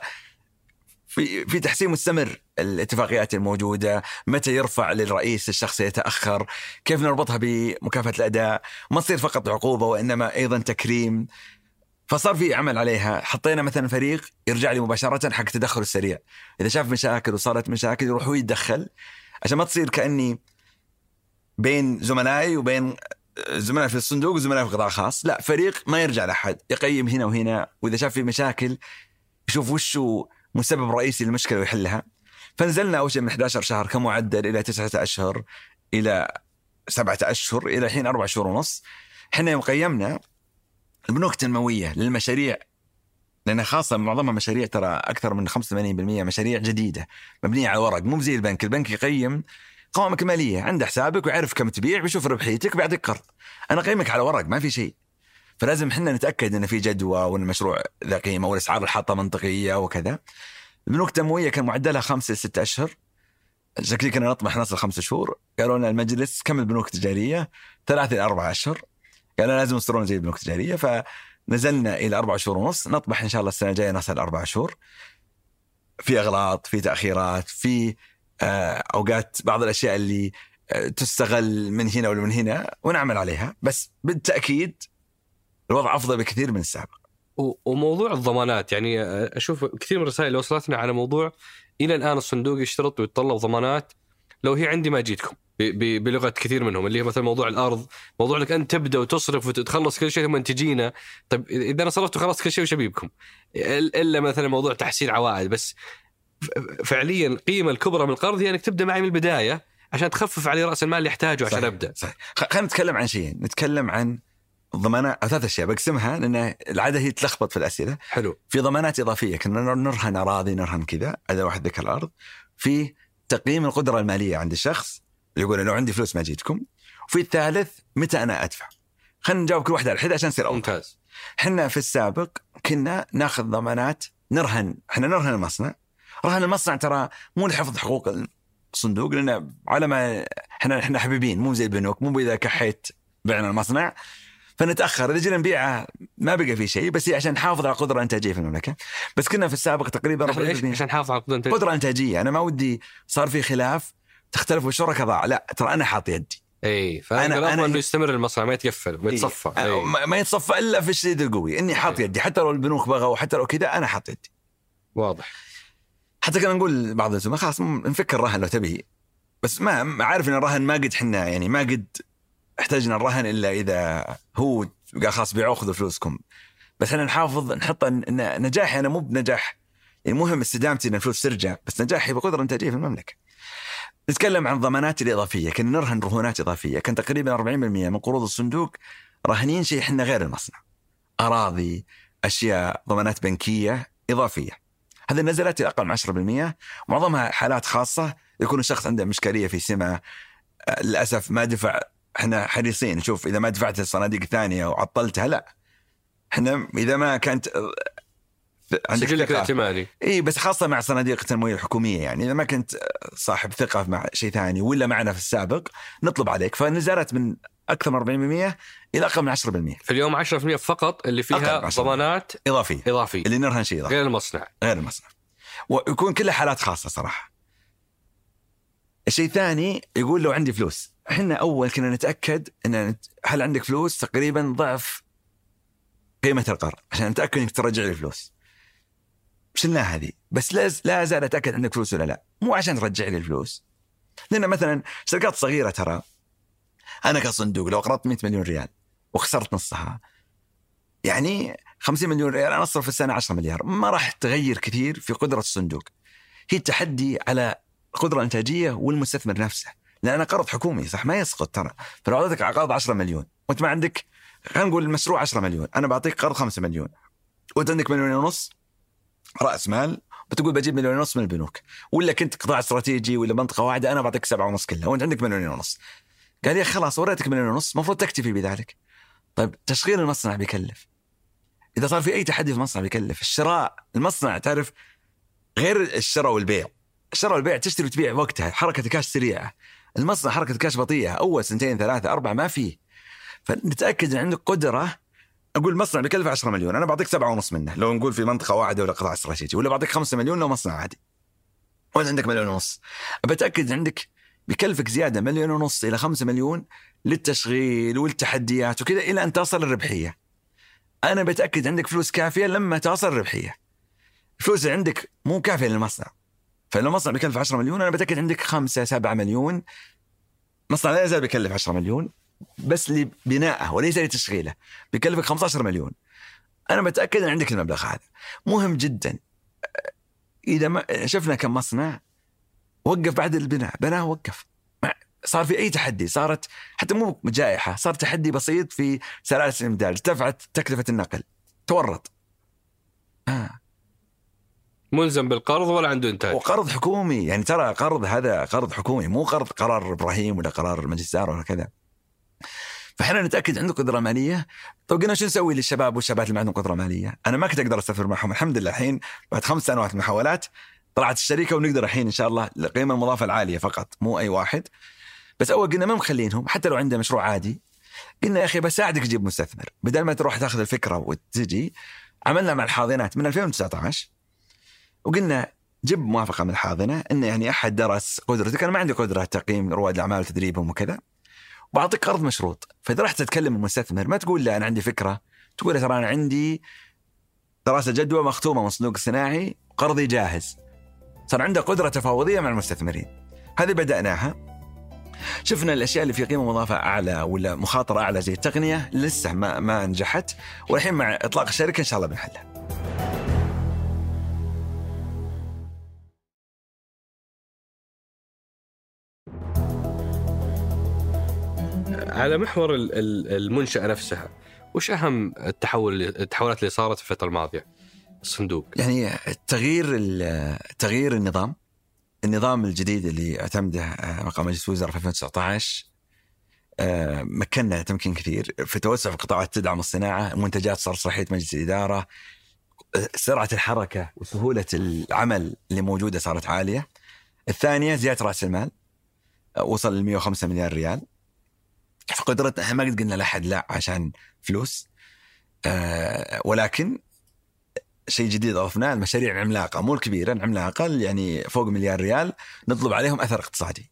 في تحسين مستمر الاتفاقيات الموجودة، متى يرفع للرئيس الشخص يتأخر، كيف نربطها بمكافأة الأداء، ما تصير فقط عقوبة وإنما أيضا تكريم. فصار في عمل عليها. حطينا مثلا فريق يرجع لي مباشرة حق التدخل السريع، إذا شاف مشاكل وصارت مشاكل يروح هو يتدخل، عشان ما تصير كأني بين زملائي وبين زملاء في الصندوق وزملاء في القطاع الخاص. لا، فريق ما يرجع لأحد، يقيم هنا وهنا، وإذا شاف في مشاكل يشوف وشو مسبب رئيسي للمشكلة ويحلها. فنزلنا أول شيء من 11 شهر كمعدل إلى 9 أشهر إلى 7 أشهر إلى الحين 4 شهور ونص. حنا يوم قيمنا البنوك التنموية للمشاريع، لأن خاصة معظمها مشاريع ترى أكثر من 85% مشاريع جديدة مبنية على ورق، مو زي البنك. البنك يقيم قوائمك المالية، عنده حسابك ويعرف كم تبيع ويشوف ربحيتك وبيعطيك قرض. أنا قيمك على ورق ما في شيء، فلازم حنا نتأكد أن في جدوى وأن المشروع ذا قيمة والأسعار الحاطة منطقية وكذا. البنوك التنموية كان معدلها 5 إلى 6 أشهر، شكلي كنا نطمح نصل 5 شهور. قالوا لنا المجلس كم البنوك التجارية 3 إلى 4 أشهر، قالوا لازم نصيرون زي البنوك التجارية، فنزلنا إلى 4 شهور ونص. نطمح إن شاء الله السنة الجاية نصل 4 شهور. في أغلاط، في تأخيرات، في أوقات بعض الأشياء اللي تستغل من هنا ولا من هنا ونعمل عليها، بس بالتأكيد الوضع أفضل بكثير من السابق. وموضوع الضمانات، يعني أشوف كثير من الرسائل اللي وصلتنا على موضوع إلى الآن الصندوق يشترط ويتطلب ضمانات لو هي عندي ما جيتكم، بلغة كثير منهم، اللي هي مثلا موضوع الأرض، موضوع لك أنت تبدأ وتصرف وتخلص كل شيء ثم تجينا. طيب إذا أنا صرفت وخلصت كل شيء وشبيبكم، إلا مثلا موضوع تحسين عوائد. بس فعليا القيمة الكبرى من القرض هي أنك تبدأ معي من البداية عشان تخفف علي رأس المال اللي يحتاجه عشان أبدأ. صحيح. خلينا نتكلم عن شيئين. نتكلم عن ضمانات أو 3 أشياء بقسمها لأن العادة هي تلخبط في الأسئلة. حلو. في ضمانات إضافية كنا نرهن أراضي، نرهن كذا، هذا واحد ذكر الأرض. في تقييم القدرة المالية عند الشخص اللي يقول لو عندي فلوس ما جيتكم. وفي الثالث متى أنا أدفع. خلينا نجاوب كل واحدة على الحدة عشان نصير أوضح. ممتاز. حنا في السابق كنا ناخذ ضمانات، نرهن المصنع. رهن المصنع ترى مو لحفظ حقوق الصندوق، لأن على ما احنا حبيبين، مو زي البنوك، مو إذا كحيت بعنا المصنع فنتأخر، إذا جينا نبيعه ما بقى في شيء، بس هي عشان نحافظ على القدرة الإنتاجية في المملكة. بس كنا في السابق تقريبا عشان نحافظ على القدرة الإنتاجية. أنا ما ودي صار في خلاف تختلف والشركة ضاع، لا ترى أنا حاط يدي. فأنا إنه يستمر المصنع، ما يتقفل، ما يتصفى. ما يتصفى إلا في الشديد القوي، إني حاط يدي حتى لو البنوك بغوا وحتى لو كذا أنا حاط يدي. واضح. حتى كنا نقول بعض الزملاء خلاص نفكر الرهن لو تبي، بس ما عارف إن الرهن ما قد حنا يعني ما قد احتاجنا الرهن إلا إذا هو قال خلاص بيعوا خذوا فلوسكم. بس احنا نحافظ نحط ان نجاحي انا مو بنجاح يعني مهم استدامتي ان الفلوس ترجع، بس نجاحي بقدرة إنتاجية في المملكة. نتكلم عن الضمانات الإضافية. كنا نرهن رهونات إضافية، كان تقريبا 40% من قروض الصندوق راهنين شيء احنا غير المصنع، أراضي، أشياء، ضمانات بنكية إضافية. هذه نزلت إلى أقل من 10%. معظمها حالات خاصة يكون الشخص عنده مشكلية في سمة، للأسف ما دفع. احنا حريصين نشوف إذا ما دفعت الصناديق الثانية وعطلتها، لا احنا إذا ما كانت عندك سجلك الائتماني بس خاصة مع صناديق التنموية الحكومية، يعني إذا ما كنت صاحب ثقة مع شيء ثاني ولا معنا في السابق نطلب عليك. فنزلت من أكثر من 40% إلى أقل من 10%. في اليوم 10% فقط اللي فيها ضمانات إضافية اللي نرهن شيء إضافي غير المصنع ويكون كلها حالات خاصة صراحة. الشيء الثاني يقول لو عندي فلوس، احنا أول كنا نتأكد إن هل عندك فلوس تقريبا ضعف قيمة القرض عشان نتأكد إنك ترجع لي الفلوس. شلنا هذه، بس لا زال أتأكد عندك فلوس ولا لا، مو عشان ترجع لي الفلوس. لأن مثلا شركات صغيرة ترى أنا كصندوق لو قرضت 100 مليون ريال وخسرت نصها، يعني 50 مليون ريال أنا أصرف في السنة 10 مليار، ما راح تغير كثير في قدرة الصندوق. هي التحدي على القدرة الإنتاجية والمستثمر نفسه، لأن أنا قرض حكومي صح ما يسقط ترى. فلو أعطيتك قرض 10 مليون وأنت ما عندك، خلينا نقول المشروع 10 مليون، أنا بعطيك قرض 5 مليون وأنت عندك 1.5 مليون رأس مال، بتقول بجيب 1.5 مليون من البنوك، ولا كنت قطاع استراتيجي ولا منطقة واحدة أنا بعطيك 7.5 كلها وأنت عندك 1.5 مليون. قال لي خلاص وريتك 1.5 مليون، مفروض تكتفي بذلك. طيب تشغيل المصنع بيكلف، إذا صار في أي تحدي في المصنع بيكلف. الشراء المصنع تعرف غير الشراء والبيع، الشراء والبيع تشتري وتبيع وقتها، حركة كاش سريعة. المصنع حركة كاش بطيئة، أول 2 3 4 ما فيه. فنتأكد أن عندك قدرة. أقول المصنع بيكلف 10 مليون، أنا بعطيك 7.5 منه لو نقول في منطقة واحدة ولا قطاع استراتيجي، ولا بعطيك 5 مليون لو مصنع عادي وأنت عندك 1.5 مليون. بتأكد عندك بيكلفك زيادة 1.5 مليون إلى 5 مليون للتشغيل والتحديات وكذا إلى أن تصل الربحية. أنا بتأكد عندك فلوس كافية لما تصل الربحية. الفلوس اللي عندك مو كافية للمصنع، فلو مصنع بيكلف 10 مليون أنا بتأكد عندك 5-7 مليون. مصنع لا يزال بيكلف 10 مليون بس لبنائه وليس لتشغيله، بيكلفك 15 مليون. أنا بتأكد أن عندك المبلغ هذا. مهم جدا. إذا ما شفنا كم مصنع وقف بعد البناء، بناه وقف، صار في أي تحدي، صارت حتى مو جائحة، صار تحدي بسيط في سلاسل الإمداد، ارتفعت تكلفة النقل، تورط. ملزم بالقرض ولا عنده إنتاج، وقرض حكومي، يعني ترى قرض هذا قرض حكومي مو قرض قرار إبراهيم ولا قرار مجلس الإدارة ولا كذا. فحنا نتأكد عنده قدرة مالية. طب قلنا شو نسوي للشباب والشابات اللي ما عندهم قدرة مالية؟ أنا ما كنت أقدر أستثمر معهم، الحمد لله الحين بعد 5 سنوات من محاولات طلعت الشركة ونقدر الحين إن شاء الله القيمة المضافة العالية فقط، مو أي واحد. بس أول قلنا ما مخلينهم حتى لو عنده مشروع عادي، قلنا يا أخي بساعدك تجيب مستثمر بدل ما تروح تأخذ الفكرة وتجي. عملنا مع الحاضنات من 2019 وقلنا جيب موافقة من الحاضنة إن يعني أحد درس قدرتك، أنا ما عندي قدرة تقييم رواد الأعمال وتدريبهم وكذا، وبعطيك قرض مشروط. فإذا رحت تتكلم المستثمر ما تقول لا أنا عندي فكرة، تقول ترى أنا عندي دراسة جدوى مختومة من الصندوق الصناعي قرضي جاهز. صار عنده قدرة تفاوضية مع المستثمرين. هذه بدأناها. شفنا الأشياء اللي في قيمة مضافة أعلى ولا مخاطرة أعلى زي التقنية لسه ما نجحت، والحين مع إطلاق الشركة إن شاء الله بنحلها. على محور المنشأة نفسها، وش أهم التحولات اللي صارت في الفترة الماضية الصندوق؟ يعني تغيير النظام الجديد اللي اعتمده مقام مجلس الوزراء في 2019 مكننا تمكين كثير في توسع في قطاعات تدعم الصناعة، المنتجات صار صلاحية مجلس الإدارة، سرعة الحركة وسهولة العمل اللي موجودة صارت عالية. الثانية زيادة رأس المال وصل ل 105 مليار ريال، فقدرتنا احنا ما قد قلنا لأحد لا عشان فلوس، ولكن شيء جديد أضفناه، المشاريع العملاقة مو الكبيرة، العملاقة يعني فوق مليار ريال نطلب عليهم أثر اقتصادي،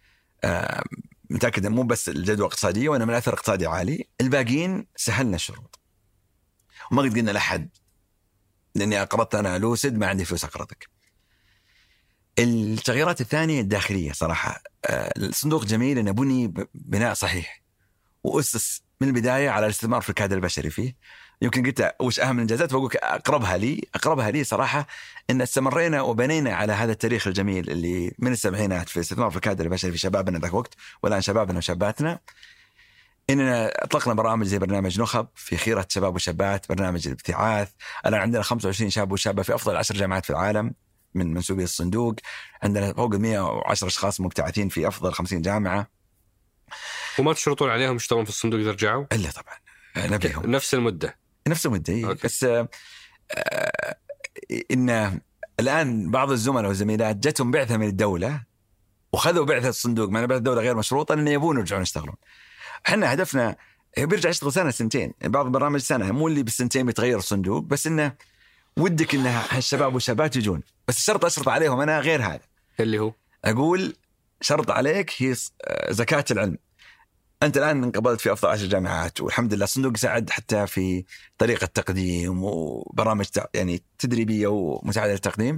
متأكد مو بس الجدوى اقتصادية وإنما الأثر اقتصادي عالي. الباقيين سهلنا الشروط وما قد قلنا لأحد لأني أقرضت أنا لوسد ما عندي فلوس أقرضك. التغييرات الثانية الداخلية صراحة، الصندوق جميل إنه بني بناء صحيح وأسس من البداية على الاستثمار في الكادر البشري فيه. يمكن قلت وش أهم الإنجازات، بقول أقربها لي صراحة إن استمرينا وبنينا على هذا التاريخ الجميل اللي من السبعينات في الاستثمار في الكادر البشري في شبابنا ذاك وقت والآن شبابنا وشاباتنا. إننا أطلقنا برامج زي برنامج نخب في خيرة شباب وشابات، برنامج الابتعاث، الآن عندنا 25 شاب وشابة في أفضل 10 جامعات في العالم من منسوبي الصندوق، عندنا فوق 110 أشخاص مبتعثين في أفضل 50 جامعة. وما تشرطون عليهم يشتغلون في الصندوق إذا رجعوا؟ إلا طبعا نبيهم نفس المدة بس إن الآن بعض الزملاء والزميلات جتهم بعثة من الدولة وخذوا بعثة الصندوق، معنى بعثة الدولة غير مشروطة لأن يبون يرجعون يشتغلون. احنا هدفنا بيرجع يشتغل سنة سنتين، بعض البرامج سنة، مو اللي بالسنتين بيتغير الصندوق، بس إنه ودك إن هالشباب والشابات يجون، بس الشرط أشرط عليهم أنا غير هذا اللي هو أقول شرط عليك هي زكاة العلم. أنت الآن انقبلت في أفضل 10 جامعات والحمد لله الصندوق ساعد حتى في طريقة تقديم وبرامج يعني تدريبية ومساعدة للتقديم.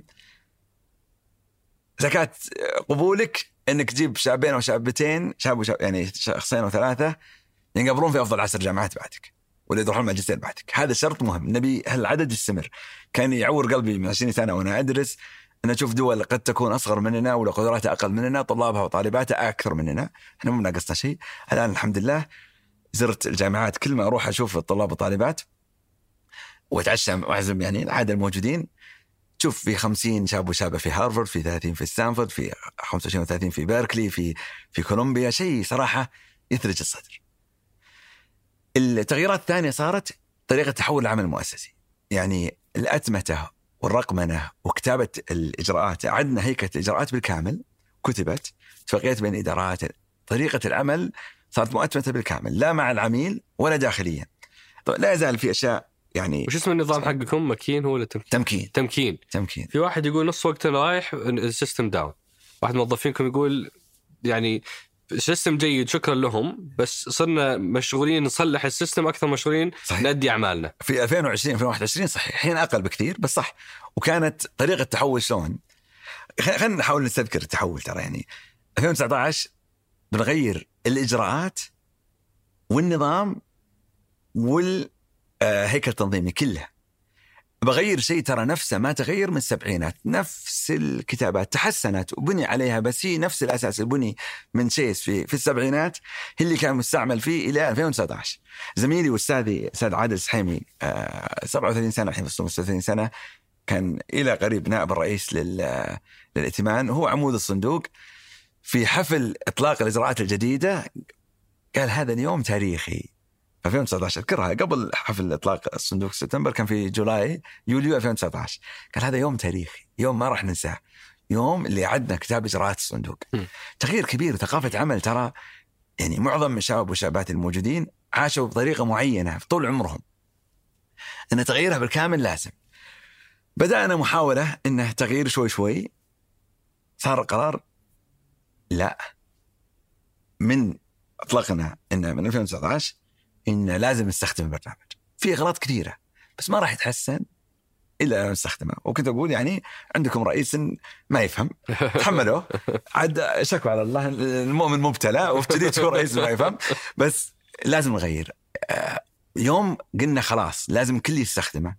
زكاة قبولك إنك تجيب شابين أو شابتين، شاب وشاب يعني شخصين أو ثلاثة ينقبلون في أفضل 10 جامعات بعدك ولا يروحون الماجستير بعدك. هذا شرط مهم، نبي هالعدد يستمر. كان يعور قلبي من 20 سنة وأنا أدرس أن أشوف دول قد تكون أصغر مننا ولا قدراتها أقل مننا، طلابها وطالباتها أكثر مننا، إحنا مو ناقصنا شيء. الآن الحمد لله زرت الجامعات، كل ما أروح أشوف الطلاب والطالبات وأتعشى وأعزم يعني العادة الموجودين، تشوف في 50 شاب وشابة في هارفارد، في 30 في ستانفورد، في 25 و30 في بيركلي، في كولومبيا، شيء صراحة يثلج الصدر. التغييرات الثانية صارت طريقة تحول العمل المؤسسي، يعني الأتمتة والرقمنة وكتابة الإجراءات، عدنا هيكلة الإجراءات بالكامل، كتبت اتفاقيات بين الإدارات، طريقة العمل صارت مؤتمتة بالكامل، لا مع العميل ولا داخليا. طبعا لا يزال في أشياء يعني. وش اسم النظام حقكم؟ مكين هو ولا تمكين؟ في واحد يقول نص وقتنا رايح السيستم داون، واحد موظفينكم يقول يعني السيستم جيد شكرا لهم بس صرنا مشغولين نصلح السيستم أكثر مشغولين نأدي أعمالنا. في 2020 2021 صحيح الحين أقل بكثير بس صح. وكانت طريقة التحول شلون؟ خلينا نحاول نستذكر التحول. ترى يعني 2019 بنغير الإجراءات والنظام والهيكل التنظيمي كله. بغير شيء ترى نفسه ما تغير من السبعينات، نفس الكتابات تحسنت وبني عليها، بس هي نفس الأساس البني من شيس في السبعينات هي اللي كان مستعمل فيه إلى 2019. زميلي والأستاذي أستاذ عادل سحيمي 37 سنة الحين، 36 سنة، كان إلى قريب نائب الرئيس للائتمان وهو عمود الصندوق. في حفل إطلاق الإجراءات الجديدة قال هذا اليوم تاريخي. 2019 أذكرها قبل حفل إطلاق الصندوق سبتمبر، كان في يوليو 2019. قال هذا يوم تاريخي، يوم ما راح ننساه، يوم اللي عدنا كتاب إجراءات الصندوق. تغيير كبير، ثقافة عمل. ترى يعني معظم من الشباب والشابات الموجودين عاشوا بطريقة معينة طول عمرهم، إن تغييرها بالكامل لازم. بدأنا محاولة إنه تغيير شوي شوي، صار القرار لا، من أطلقنا إنه من 2019 إن لازم نستخدم البرنامج. في أغلاط كثيرة بس ما راح يتحسن إلا لما نستخدمه. وكنت أقول يعني عندكم رئيس ما يفهم، تحملوه، عاد شكوا على الله، المؤمن مبتلى، وابتديت تكون رئيس ما يفهم، بس لازم نغير. يوم قلنا خلاص لازم كل يستخدمه،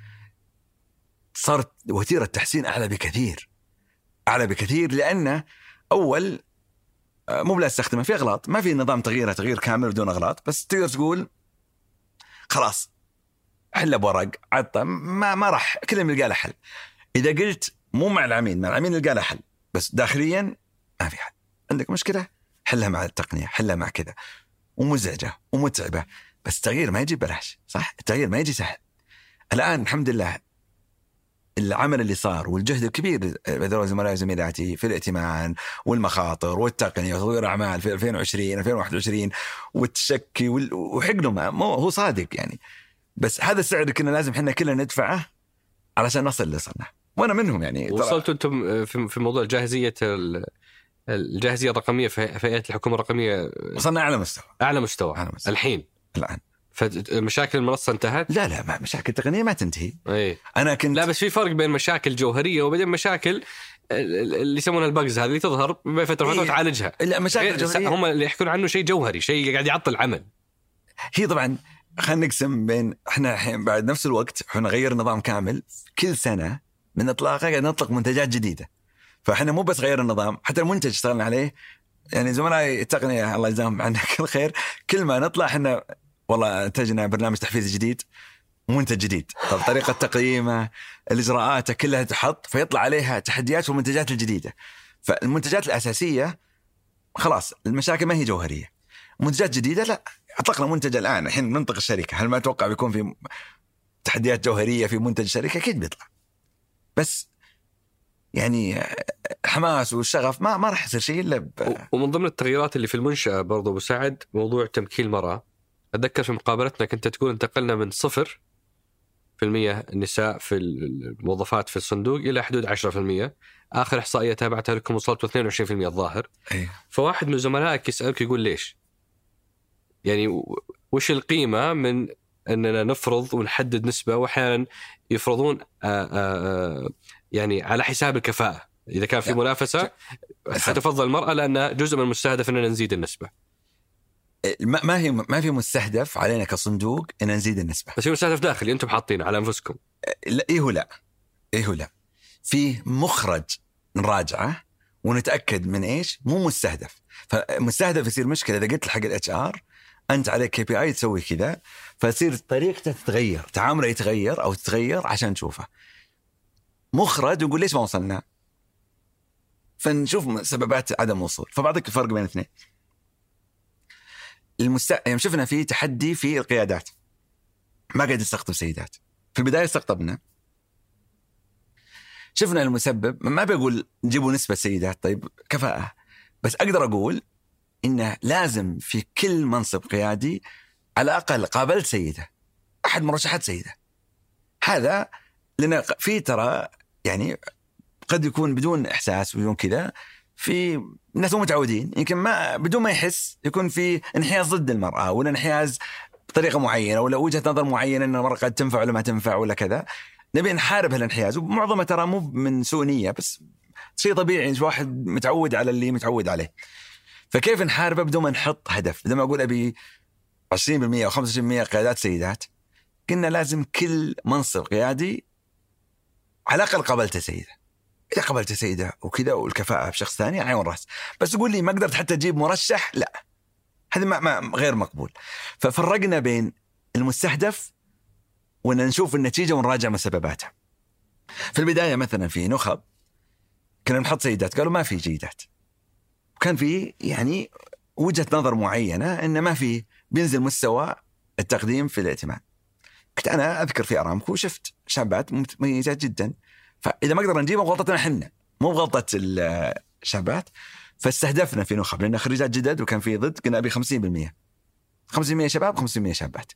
صارت وتيرة التحسين أعلى بكثير، لأنه أول مو بلا استخدمها في أغلاط، ما في نظام تغييرها تغيير كامل بدون أغلاط، بس تقدر تقول خلاص حل بورق عطى ما راح كل اللي قاله حل. إذا قلت مو مع العميل، مع العميل اللي قاله حل، بس داخليا ما في حل. عندك مشكلة حلها مع التقنية، حلها مع كذا، ومزعجة ومتعبة، بس التغيير ما يجي بلاش، صح؟ التغيير ما يجي سهل. الآن الحمد لله العمل اللي صار والجهد الكبير بذل زملائي وزميلاتي في الائتمان والمخاطر والتقنية وتطوير أعمال في 2020 2021 والتشكي وحقنه هو صادق يعني، بس هذا السعر اللي كنا لازم حنا كلنا ندفعه علشان نصل اللي صرنا، وأنا منهم يعني. وصلتوا أنتم في موضوع الجاهزية الرقمية في هيئة الحكومة الرقمية، وصلنا أعلى مستوى الحين. الآن فمشاكل المنصة انتهت؟ لا ما مشاكل تقنية ما تنتهي. أيه. أنا كنت لا بس في فرق بين مشاكل جوهرية وبين مشاكل اللي يسمونها البجز، هذه اللي تظهر بفترة وتعالجها. لا مشاكل جوهرية هم اللي يحكون عنه شيء جوهري، شيء قاعد يعطل العمل. هي طبعا خلينا نقسم بين احنا الحين بعد نفس الوقت احنا نغير نظام كامل كل سنة من إطلاقه، قاعد نطلق منتجات جديدة. فاحنا مو بس غير النظام، حتى المنتج اشتغلنا عليه. يعني زملائي التقنية الله يجزاهم عنا كل خير، كل ما نطلع احنا والله انتجنا برنامج تحفيز جديد، منتج جديد، طب طريقة تقييمه، الإجراءات كلها تحط، فيطلع عليها تحديات والمنتجات الجديدة. فالمنتجات الأساسية خلاص المشاكل ما هي جوهرية. منتجات جديدة لا، أطلقنا منتج الآن الحين ننطق الشركة، هل ما أتوقع بيكون في تحديات جوهرية في منتج الشركة؟ أكيد بيطلع، بس يعني حماس والشغف ما راح يصير شيء إلا ومن ضمن التغييرات اللي في المنشأة برضو أبو سعد موضوع تمكين المرأة. أتذكر في مقابلتنا كنت تقول انتقلنا من 0% النساء في الموظفات في الصندوق إلى حدود 10%. آخر إحصائية تابعتها لكم وصلت 22% الظاهر. أيه. فواحد من زملائك يسألك يقول ليش؟ يعني وش القيمة من أننا نفرض ونحدد نسبة، وأحيانا يفرضون يعني على حساب الكفاءة. إذا كان في منافسة ستفضل المرأة لأن جزء من المستهدف أننا نزيد النسبة. ما في مستهدف علينا كصندوق أن نزيد النسبة، بس في مستهدف داخلي أنتم حاطين على أنفسكم. لا إيه هو لا في مخرج نراجعه ونتأكد من إيش، مو مستهدف. فمستهدف يصير مشكلة إذا قلت لحق الHR أنت عليك KPI تسوي كذا، فتصير طريقته تتغير، تعامله يتغير أو تتغير عشان نشوفه. مخرج ونقول ليش ما وصلنا، فنشوف سببات عدم وصول. فبعضك الفرق بين الاثنين. يعني شفنا في تحدي في القيادات، ما قاعد يستقطب سيدات. في البداية استقطبنا، شفنا المسبب. ما بقول نجيبوا نسبة سيدات طيب كفاءة، بس أقدر أقول إنه لازم في كل منصب قيادي على الأقل قابلت سيدة، أحد مرشحات سيدة. هذا لأن في ترى يعني قد يكون بدون إحساس وبدون كذا، في ناس متعودين يمكن ما بدون ما يحس يكون في انحياز ضد المرأة، ولا انحياز بطريقة معينة، ولا وجهة نظر معينة أن المرأة قد تنفع ولا ما تنفع ولا كذا. نبي نحارب هالانحياز، ومعظمه ترى مو من سوء نية، بس شيء طبيعي، واحد متعود على اللي متعود عليه. فكيف نحاربه بدون ما نحط هدف؟ بدون ما أقول أبي 20% أو 25% قيادات سيدات، قلنا لازم كل منصب قيادي على الأقل قابلته سيدة. إذا قابلت سيدة وكذا والكفاءة بشخص ثاني عين راس، بس تقول لي ما قدرت حتى تجيب مرشح، لا، هذا ما غير مقبول. ففرقنا بين المستهدف وأن نشوف النتيجة ونراجع مسبباتها. في البداية مثلا في نخب كنا نحط سيدات، قالوا ما في جيدات، وكان في يعني وجهة نظر معينة إن ما في بينزل مستوى التقديم في الائتمان. كنت أنا أذكر في أرامكو وشفت شابات مميزات جدا، فإذا ما قدرنا نجيبها غلطتنا حنا، مو غلطة الشابات. فاستهدفنا في نخب لأن خريجات جدد وكان في ضد، قلنا أبي 50% شباب 500 شابات.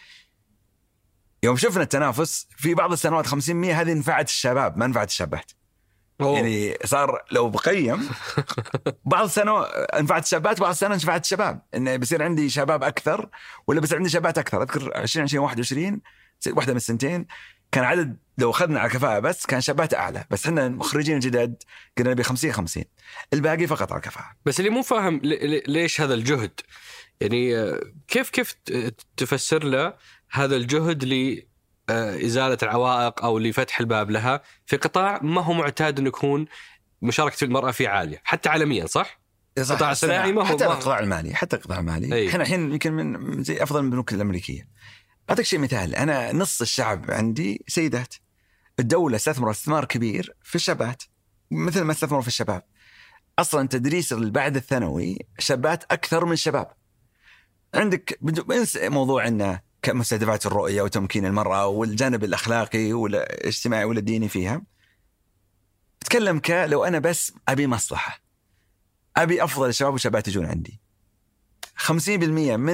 يوم شفنا التنافس في بعض السنوات 500 هذه نفعت الشباب ما نفعت الشابات. يعني صار لو بقيم بعض السنة نفعت الشابات، بعض السنة نفعت الشباب، إنه بيصير عندي شباب أكثر ولا بيصير عندي شابات أكثر. أذكر 2021 واحدة من السنتين كان عدد لو أخذنا على كفاءة بس كان شابات أعلى، بس إحنا مخرجين الجداد قلنا نبي 50-50، الباقي فقط على كفاءة. بس اللي مو فاهم ليش هذا الجهد، يعني كيف تفسر له هذا الجهد لإزالة العوائق أو لفتح الباب لها في قطاع ما هو معتاد أن يكون مشاركة المرأة فيه عالية حتى عالميا، صح؟ القطاع الصناعي ما هو حتى القطاع المالي، حتى القطاع المالي احنا الحين يمكن من زي افضل من البنوك الامريكيه. اعطيك شيء مثال، انا نص الشعب عندي سيدات. الدوله استثمر استثمار كبير في الشابات مثل ما استثمروا في الشباب. اصلا تدريس بعد الثانوي شابات اكثر من الشباب. عندك موضوع انه كمستهدفات الرؤيه وتمكين المراه والجانب الاخلاقي والاجتماعي والديني فيها. اتكلم لو انا بس ابي مصلحه، ابي افضل الشباب والشابات يجون عندي. 50% من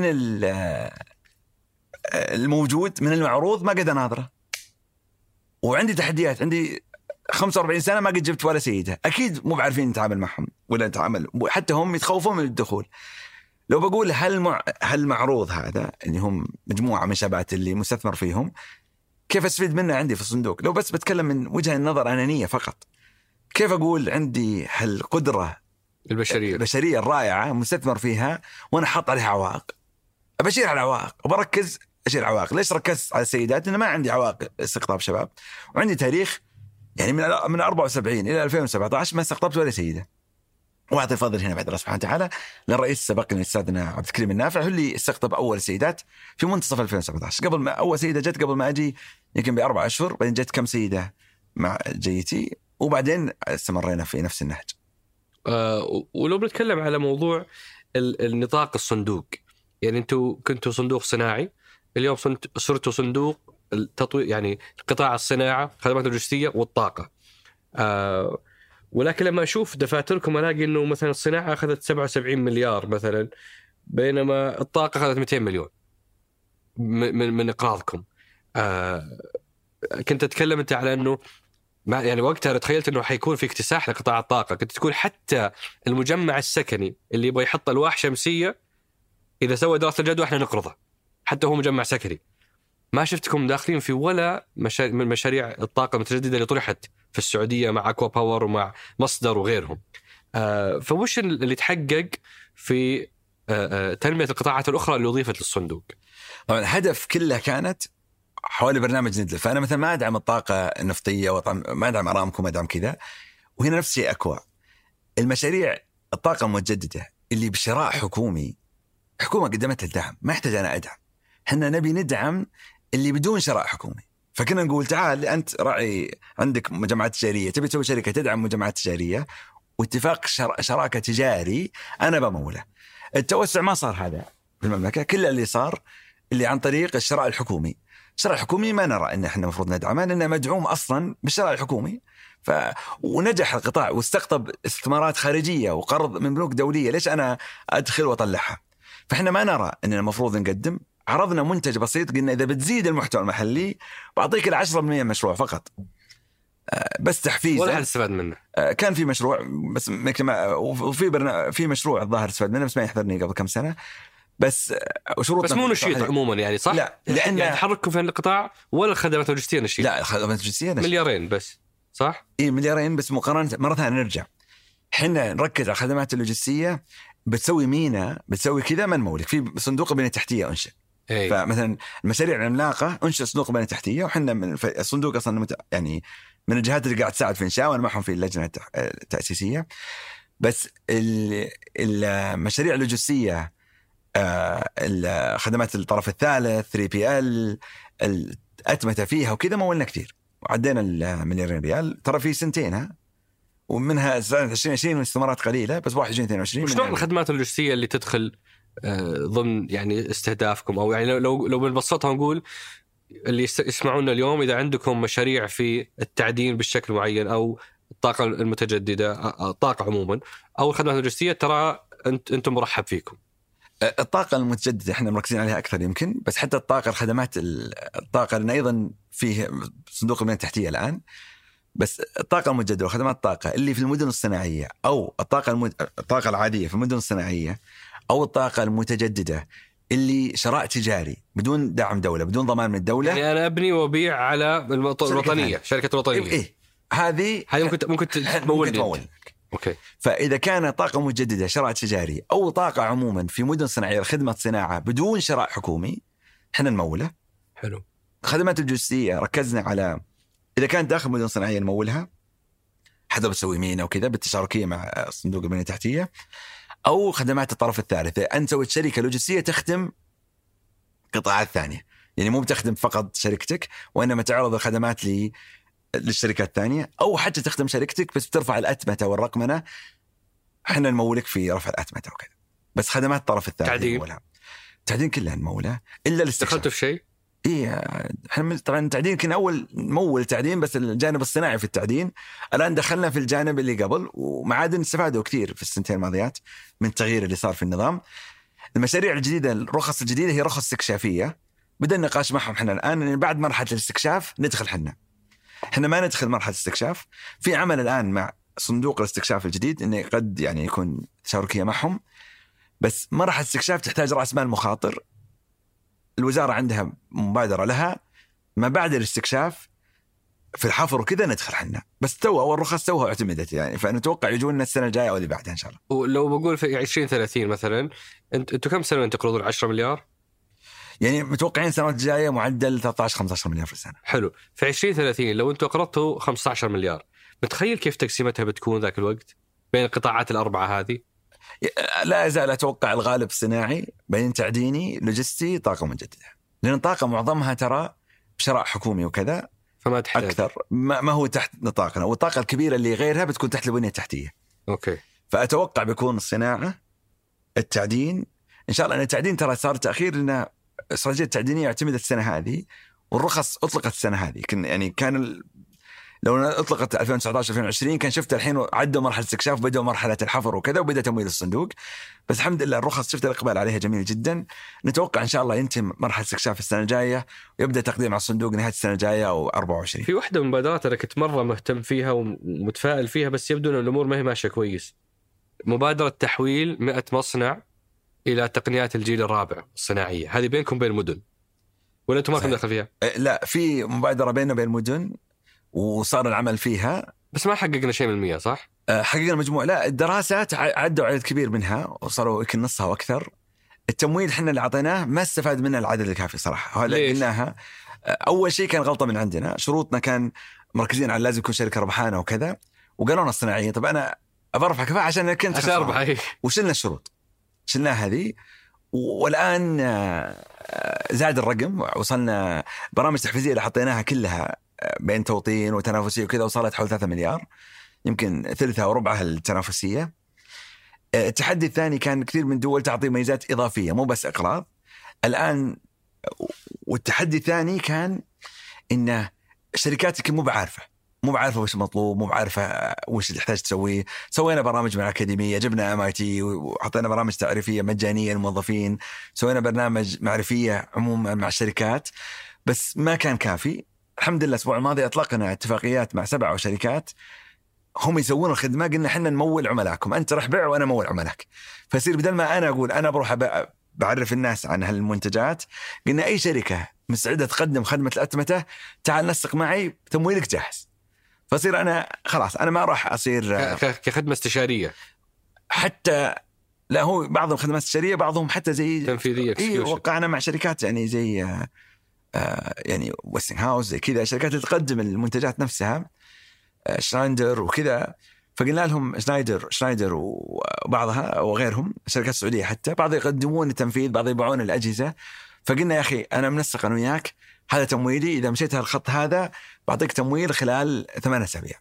الموجود من المعروض ما قد اناظره، وعندي تحديات. عندي 45 سنه ما قد جبت ولا سيده، اكيد مو بعارفين نتعامل معهم ولا نتعامل، حتى هم يتخوفون من الدخول. لو بقول هل معروض هذا اللي هم مجموعه من شباب اللي مستثمر فيهم كيف استفيد منه عندي في الصندوق؟ لو بس بتكلم من وجهه النظر انانيه فقط، كيف اقول عندي هالقدره البشريه الرائعه مستثمر فيها وانا حاط عليها عوائق؟ أبشير على العوائق وبركز أشيل عوائق. ليش ركزت على السيدات؟ إنه ما عندي عوائق استقطاب شباب، وعندي تاريخ يعني من 74 إلى 2017 ما استقطبت ولا سيدة. وأعطي الفضل هنا بعد الله سبحانه وتعالى للرئيس السابق أستاذنا عبد الكريم النافع، هو اللي استقطب أول سيدات في منتصف 2017. قبل ما أول سيدة جت قبل ما أجي يمكن ب4 أشهر، بعدين جت كم سيدة مع جيتي، وبعدين استمرينا في نفس النهج. ولو بنتكلم على موضوع النطاق الصندوق، يعني أنتوا كنتوا صندوق صناعي، اليوم صرتوا صندوق التطوير، يعني قطاع الصناعة، خدمات اللوجستية والطاقة. ولكن لما أشوف دفاتركم ألاقي أنه مثلا الصناعة أخذت 77 مليار مثلا، بينما الطاقة أخذت 200 مليون من إقراضكم. كنت أتكلم أنت على أنه يعني وقتها تخيلت أنه حيكون في اكتساح لقطاع الطاقة. كنت تقول حتى المجمع السكني اللي يبغى يحط ألواح شمسية إذا سوى دراسة الجدوى إحنا نقرضه، حتى هو مجمع سكني. ما شفتكم داخلين في ولا من مشاريع الطاقة المتجددة اللي طرحت في السعودية مع أكوا باور ومع مصدر وغيرهم. فوش اللي تحقق في تنمية القطاعات الأخرى اللي أضيفت للصندوق؟ طبعا الهدف كله كانت حوالي برنامج ندلة. فأنا مثلا ما أدعم الطاقة النفطية ما أدعم أرامكو، ما أدعم كذا. وهنا نفس الشيء أكوا. المشاريع الطاقة المتجددة اللي بشراء حكومي، حكومة قدمت الدعم، ما يحتاج أنا أدعم. حنا نبي ندعم اللي بدون شراء حكومي. فكنا نقول تعال أنت راعي عندك مجمعات تجارية، تبي تسوي شركة تدعم مجمعات تجارية واتفاق شراكة تجاري، أنا بموله. التوسع ما صار هذا في المملكة، كل اللي صار اللي عن طريق الشراء الحكومي. الشراء الحكومي ما نرى إن إحنا مفروض ندعمه لأنه مدعوم أصلا بالشراء الحكومي. ونجح القطاع واستقطب استثمارات خارجية وقرض من بنوك دولية. ليش أنا أدخل وأطلعها؟ فإحنا ما نرى إننا المفروض نقدم. عرضنا منتج بسيط، قلنا إذا بتزيد المحتوى المحلي بعطيك 10% مشروع فقط، بس تحفيز. ولا حد استفاد منه. كان في مشروع بس وفي مشروع الظاهر استفاد منه بس ما يحضرني قبل كم سنة. بس بس مو نشيط عموما يعني، صح؟ لا، لأن يعني تحرككم في القطاع ولا الخدمات اللوجستية نشيط؟ لا، الخدمات اللوجستية نشيط. مليارين بس، صح؟ إيه مليارين بس. مقارنة مرة ثانية نرجع حنا نركز على الخدمات اللوجستية. بتسوي مينا، بتسوي كذا، من مولك في صندوق بنية تحتية أنشئ. فمثلا المشاريع العملاقة أنشئ صندوق بنية تحتية، وحنا من الصندوق أصلا يعني من الجهات اللي قاعد تساعد في إنشاء، وأنا معهم في اللجنة التأسيسية. بس المشاريع اللوجستية، الخدمات الطرف الثالث 3PL الأتمتة فيها وكذا مولنا كثير، وعدينا المليارين ريال ترى في سنتين، ومنها سنة 2020 واستثمارات قليلة بس 21-22. وشلون الخدمات اللوجستية اللي تدخل ضمن يعني استهدافكم؟ أو يعني لو بنبسطها نقول اللي يسمعونا اليوم، إذا عندكم مشاريع في التعدين بالشكل معين أو الطاقة المتجددة، الطاقة عموما أو الخدمات اللوجستية، ترى أنتم مرحب فيكم. الطاقة المتجددة احنا مركزين عليها أكثر يمكن، بس حتى الطاقة، الخدمات الطاقة لأن أيضا فيه صندوق البنية التحتية الآن. بس الطاقة المتجددة وخدمات الطاقة اللي في المدن الصناعية، أو الطاقة العادية في المدن الصناعية، أو الطاقة المتجددة اللي شراء تجاري بدون دعم دولة، بدون ضمان من الدولة. يعني أنا أبني وأبيع على الوطنية، شركة الوطنية. إيه هذه ممكن تمول. أوكي. فإذا كان طاقة متجددة شراء تجاري أو طاقة عموما في مدن صناعية خدمة صناعة بدون شراء حكومي، إحنا نموله. حلو. خدمات اللوجستية ركزنا على إذا كانت داخل مدن صناعية نمولها، حتى بتسوي مينا وكذا بالتشاركية مع صندوق البنية التحتية، أو خدمات الطرف الثالث. أنت سويت شركة لوجستية تخدم قطاعات ثانية، يعني مو بتخدم فقط شركتك وإنما تعرض الخدمات للشركات الثانية، أو حتى تخدم شركتك بس بترفع الأتمتة والرقمنة، احنا نمولك في رفع الأتمتة وكذا. بس خدمات الطرف الثالث تعدين كلها نمولها إلا الاستكشاف. دخلت في شيء؟ إيه احنا طبعا التعدين كنا أول نمول تعدين بس الجانب الصناعي في التعدين. الآن دخلنا في الجانب اللي قبل، ومعادن استفادوا كثير في السنتين الماضيات من التغيير اللي صار في النظام. المشاريع الجديدة، الرخص الجديدة هي رخص استكشافية، بدأ النقاش معهم احنا الآن. بعد مرحلة الاستكشاف ندخل احنا ما ندخل مرحلة الاستكشاف. في عمل الآن مع صندوق الاستكشاف الجديد إنه قد يعني يكون تشاركية معهم، بس مرحلة الاستكشاف تحتاج رأس مال مخاطر. الوزارة عندها مبادرة لها ما بعد الاستكشاف في الحفر وكذا ندخل حنا، بس أول رخص توها اعتمدت يعني، فنتوقع يجونا السنة الجاية أو اللي بعدها إن شاء الله. ولو بقول في 2030 مثلا، أنتوا كم سنة تقرضون؟ 10 مليار؟ يعني متوقعين السنوات الجاية معدل 13-15 مليار في السنة. حلو. في 2030 لو أنتوا قرضتوا 15 مليار، متخيل كيف تقسيمتها بتكون ذاك الوقت بين القطاعات الأربعة هذه؟ لا أزال أتوقع الغالب صناعي بين تعديني لوجستي طاقة مجددة، لأن الطاقة معظمها ترى بشراء حكومي وكذا، فما تحتاج أكثر ما هو تحت نطاقنا، والطاقة الكبيرة اللي غيرها بتكون تحت البنية التحتية. أوكي. فأتوقع بيكون الصناعة، التعدين إن شاء الله. أن التعدين ترى صار تأخير لأن استراتيجية التعدينية اعتمدت السنة هذه، والرخص أطلقت السنة هذه. كان لو أطلقت 2019-2020 كان شفت الحين عدوا مرحلة استكشاف، بدأوا مرحلة الحفر وكذا، وبدأ تمويل الصندوق. بس الحمد لله الرخص شفت الإقبال عليها جميل جدا. نتوقع إن شاء الله ينتهي مرحلة استكشاف السنة الجاية ويبدأ تقديم على الصندوق نهاية السنة الجاية أو 24. في واحدة من المبادرات أنا كنت مرة مهتم فيها ومتفائل فيها، بس يبدو أن الأمور ما هي ماشية كويس. مبادرة تحويل 100 مصنع إلى تقنيات الجيل الرابع الصناعية. هذه بينكم بين المدن ولا أنتم ما كنتم داخل فيها؟ لا، في مبادرة بيننا وبين المدن وصار العمل فيها، بس ما حققنا شيء من 100 صح؟ حققنا مجموعة. لا، الدراسات عدوا عدد كبير منها وصاروا يمكن نصها وأكثر. التمويل حنا اللي عطيناه ما استفاد منه العدد الكافي صراحة. هذا قلناها أول شيء كان غلطة من عندنا. شروطنا كان مركزين على لازم يكون شركة ربحانة وكذا، وقالونا الصناعية. طب أنا أبرفع كفاءة عشان كنت عشان أربح. وشلنا الشروط، شلنا هذه. والآن زاد الرقم، وصلنا برامج تحفيزية اللي حطيناها كلها بين توطين وتنافسية وكذا، وصلت حول 3 مليار، يمكن ثلثها وربعها التنافسية. التحدي الثاني كان كثير من الدول تعطي ميزات إضافية مو بس إقراض الآن. والتحدي الثاني كان إن الشركات مو بعارفة وش مطلوب، مو بعارفة وش تحتاج تسويه. سوينا برامج مع الأكاديمية، جبنا MIT وحطينا برامج تعريفية مجانية للموظفين، سوينا برنامج معرفية عموما مع الشركات، بس ما كان كافي. الحمد لله الأسبوع الماضي أطلقنا اتفاقيات مع 7 شركات هم يسوون الخدمة. قلنا حنا نمول عملاكم، أنت رح بيع وأنا مول عملاك. فيصير بدل ما أنا أقول أنا بروح بعرف الناس عن هالمنتجات، قلنا أي شركة مستعدة تقدم خدمة الأتمتة تعال نسق معي، تمويلك جاهز. فصير أنا خلاص أنا ما راح أصير كخدمة استشارية حتى. لا، هو بعضهم خدمات استشارية، بعضهم حتى زي تنفيذية. وقعنا مع شركات يعني زي يعني ويستنج هاوس زي كذا، شركات تقدم المنتجات نفسها، شنايدر وكذا. فقلنا لهم شنايدر وبعضها وغيرهم شركات سعودية حتى، بعض يقدمون التنفيذ، بعض يبيعون الأجهزة. فقلنا يا أخي أنا منسق أنا وياك، هذا تمويلي، إذا مشيت هالخط هذا بعطيك تمويل خلال 8 أسابيع.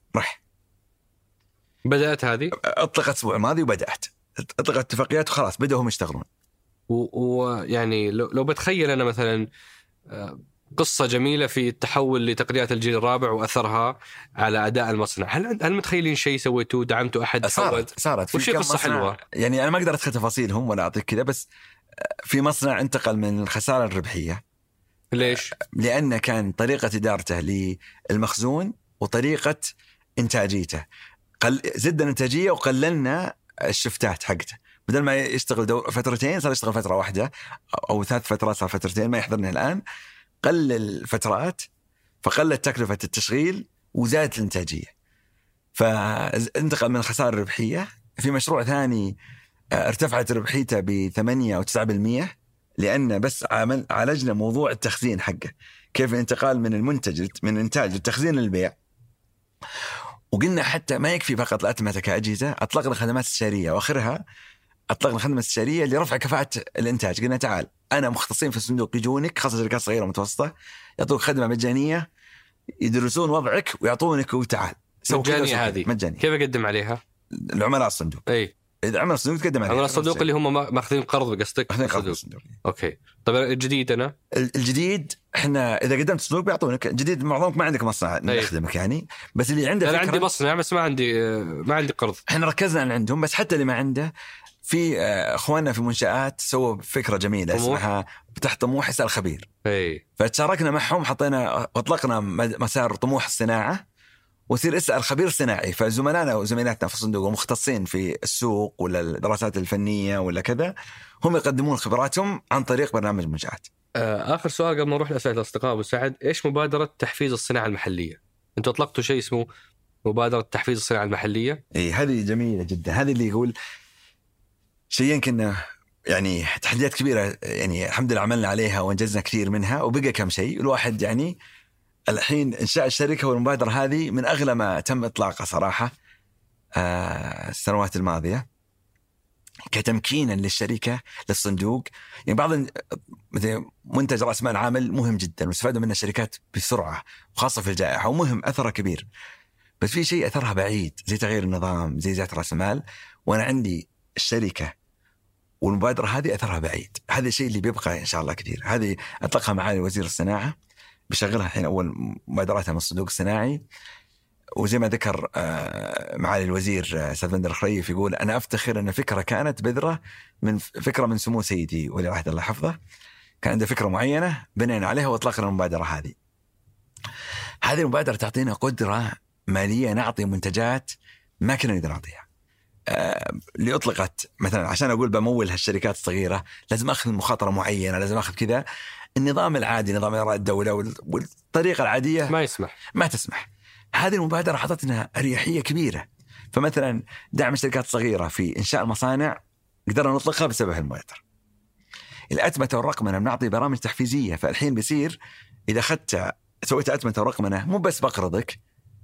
بدأت هذه، أطلقت الأسبوع الماضي وبدأت أطلقت اتفاقيات وخلاص بدأوا هم يشتغلون. ويعني لو بتخيل أنا مثلا قصة جميلة في التحول لتقنيات الجيل الرابع وأثرها على أداء المصنع، هل متخيلين شيء سويتوه، دعمتوا أحد؟ صارت وش قصة حلوة يعني. أنا ما أقدر أدخل تفاصيلهم ولا أعطيك كذا، بس في مصنع انتقل من الخسارة الربحية. ليش؟ لأن كان طريقة إدارته للمخزون وطريقة إنتاجيته زدنا الإنتاجية وقللنا الشفتات حقته. بدل ما يشتغل فترتين صار يشتغل فترة واحدة، أو 3 فترات صار فترتين، ما يحضرنا الآن. قلل الفترات فقلت تكلفة التشغيل وزادت الإنتاجية، فانتقل من الخسارة الربحية. في مشروع ثاني ارتفعت ربحيته ب8 أو 9%، لأن بس عالجنا موضوع التخزين حقه، كيف الانتقال من المنتج من إنتاج التخزين للبيع. وقلنا حتى ما يكفي فقط الأتمتة كأجهزة، أطلقنا خدمات استشارية، وآخرها أطلقنا خدمة استشارية لرفع كفاءة الإنتاج. قلنا تعال أنا مختصين في الصندوق يجونك، خاصة شركات صغيرة ومتوسطة، يعطوك خدمة مجانية، يدرسون وضعك ويعطونك وتعال مجانية. هذه مجانية. كيف أقدم عليها؟ العملاء الصندوق. أي إذا عملاء الصندوق تقدم عليها. عملاء الصندوق اللي هم ماخذين قرض قصدك؟ الصندوق. أوكي. طيب الجديد أنا الجديد إحنا إذا قدمت الصندوق بيعطونك. الجديد معظمك ما عندك مصنع نخدمك يعني، بس اللي عنده أنا عندي مصنع بس ما عندي قرض. إحنا ركزنا على عندهم، بس حتى اللي ما عنده في اخواننا في منشآت سووا فكرة جميلة اسمها تحت طموح اسأل خبير. فتشاركنا معهم، حطينا واطلقنا مسار طموح الصناعة ويصير اسأل خبير صناعي. فزملائنا وزميلاتنا في الصندوق ومختصين في السوق ولا الدراسات الفنية ولا كذا، هم يقدمون خبراتهم عن طريق برنامج منشآت. آخر سؤال قبل ما نروح لأسئلة الأصدقاء أبو سعد، إيش مبادرة تحفيز الصناعة المحلية؟ أنتوا أطلقتوا شيء اسمه مبادرة تحفيز الصناعة المحلية. هذه جميلة جدا. هذه اللي يقول شيئين كنا يعني تحديات كبيرة، يعني الحمد لله عملنا عليها وانجزنا كثير منها، وبقى كم شيء. الواحد يعني الحين إنشاء الشركة والمبادرة هذه من أغلى ما تم إطلاقها صراحة السنوات الماضية كتمكينا للشركة للصندوق. يعني بعض منتج رأس مال عامل مهم جدا واستفادوا منه الشركات بسرعة، وخاصة في الجائحة، ومهم أثره كبير. بس في شيء أثرها بعيد زي تغيير النظام، زي زيادة رأس المال، وأنا عندي الشركة والمبادرة هذه أثرها بعيد. هذا الشيء اللي بيبقى إن شاء الله كثير. هذه أطلقها معالي وزير الصناعة، بشغلها الحين أول مبادراتها من الصندوق الصناعي. وزي ما ذكر معالي الوزير سيد بندر الخريف، يقول أنا أفتخر أن فكرة كانت بذرة من فكرة من سمو سيدي ولي العهد الله حفظه، كان عنده فكرة معينة بنينا عليها وأطلقنا المبادرة هذه. هذه المبادرة تعطينا قدرة مالية نعطي منتجات ما كنا نقدر نعطيها. اللي أطلقت مثلا عشان أقول بمول هالشركات الصغيرة لازم أخذ مخاطرة معينة، لازم أخذ كذا. النظام العادي، نظام إدارة الدولة والطريقة العادية ما تسمح. هذه المبادرة حطتنا أريحية كبيرة. فمثلا دعم الشركات الصغيرة في إنشاء المصانع قدرنا نطلقها بسبب المبادرة. الأتمتة والرقمنة بنعطي برامج تحفيزية. فالحين بيصير إذا سويت أتمتة ورقمنة مو بس بقرضك،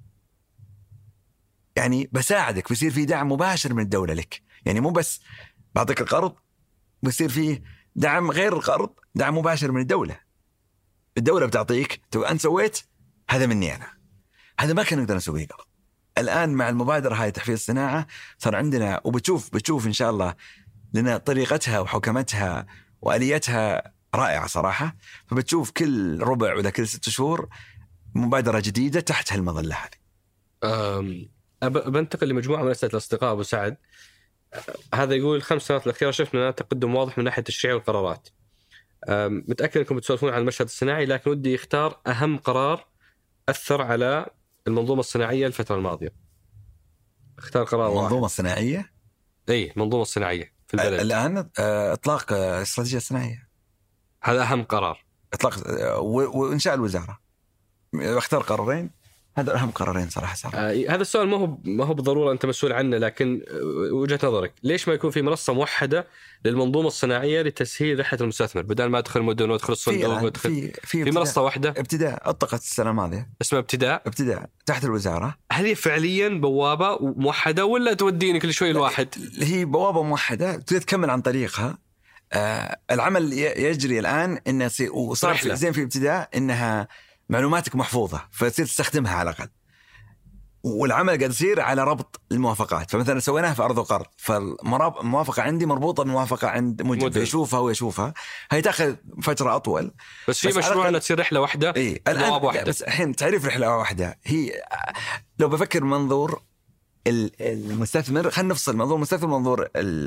يعني بساعدك، بيصير في دعم مباشر من الدولة لك. يعني مو بس بعطيك القرض، بيصير فيه دعم غير القرض، دعم مباشر من الدولة. الدولة بتعطيك أنت سويت هذا مني أنا، هذا ما كان نقدر نسويه قبل. الآن مع المبادرة هاي تحفيز الصناعة صار عندنا، وبتشوف إن شاء الله لنا طريقتها وحكمتها وآليتها رائعة صراحة. فبتشوف كل ربع ولا كل 6 شهور مبادرة جديدة تحت هالمظلة هذه. بنتقل لمجموعة من أسئلة الأصدقاء أبو سعد. هذا يقول 5 سنوات الأخيرة شفنا تقدم واضح من ناحية التشريع والقرارات. متأكد أنكم بتسولفون عن المشهد الصناعي، لكن ودي يختار أهم قرار أثر على المنظومة الصناعية الفترة الماضية. اختار قرار المنظومة واحد. الصناعية؟ أي المنظومة الصناعية في البلد الآن إطلاق استراتيجية صناعية، هذا أهم قرار. إطلاق وإنشاء الوزارة. اختار قرارين، هذا أهم قرارين صراحة. هذا السؤال ما هو بالضرورة أنت مسؤول عنه، لكن وجهة نظرك ليش ما يكون في منصة موحدة للمنظومة الصناعية لتسهيل رحلة المستثمر، بدل ما أدخل المدن وأدخل الصندوق وأدخل في منصة واحدة؟ ابتداء أطلقت السنة الماضية، اسمها ابتداء تحت الوزارة. هل هي فعليا بوابة موحدة ولا توديني كل شوي الواحد؟ هي بوابة موحدة تكمل عن طريقها. العمل يجري الآن إنه وصار زين في ابتداء إنها معلوماتك محفوظة فتصير تستخدمها على الأقل، والعمل قاعد يصير على ربط الموافقات. فمثلا سويناها في أرض وقرض، فالموافقة عندي مربوطة بالموافقة عند مدير يشوفها ويشوفها، هي تأخذ فترة أطول. بس في مشروع أنها تصير رحلة واحدة. إيه الآن بس الحين تعريف رحلة واحدة هي لو بفكر منظور المستثمر، خلينا نفصل منظور المستثمر منظور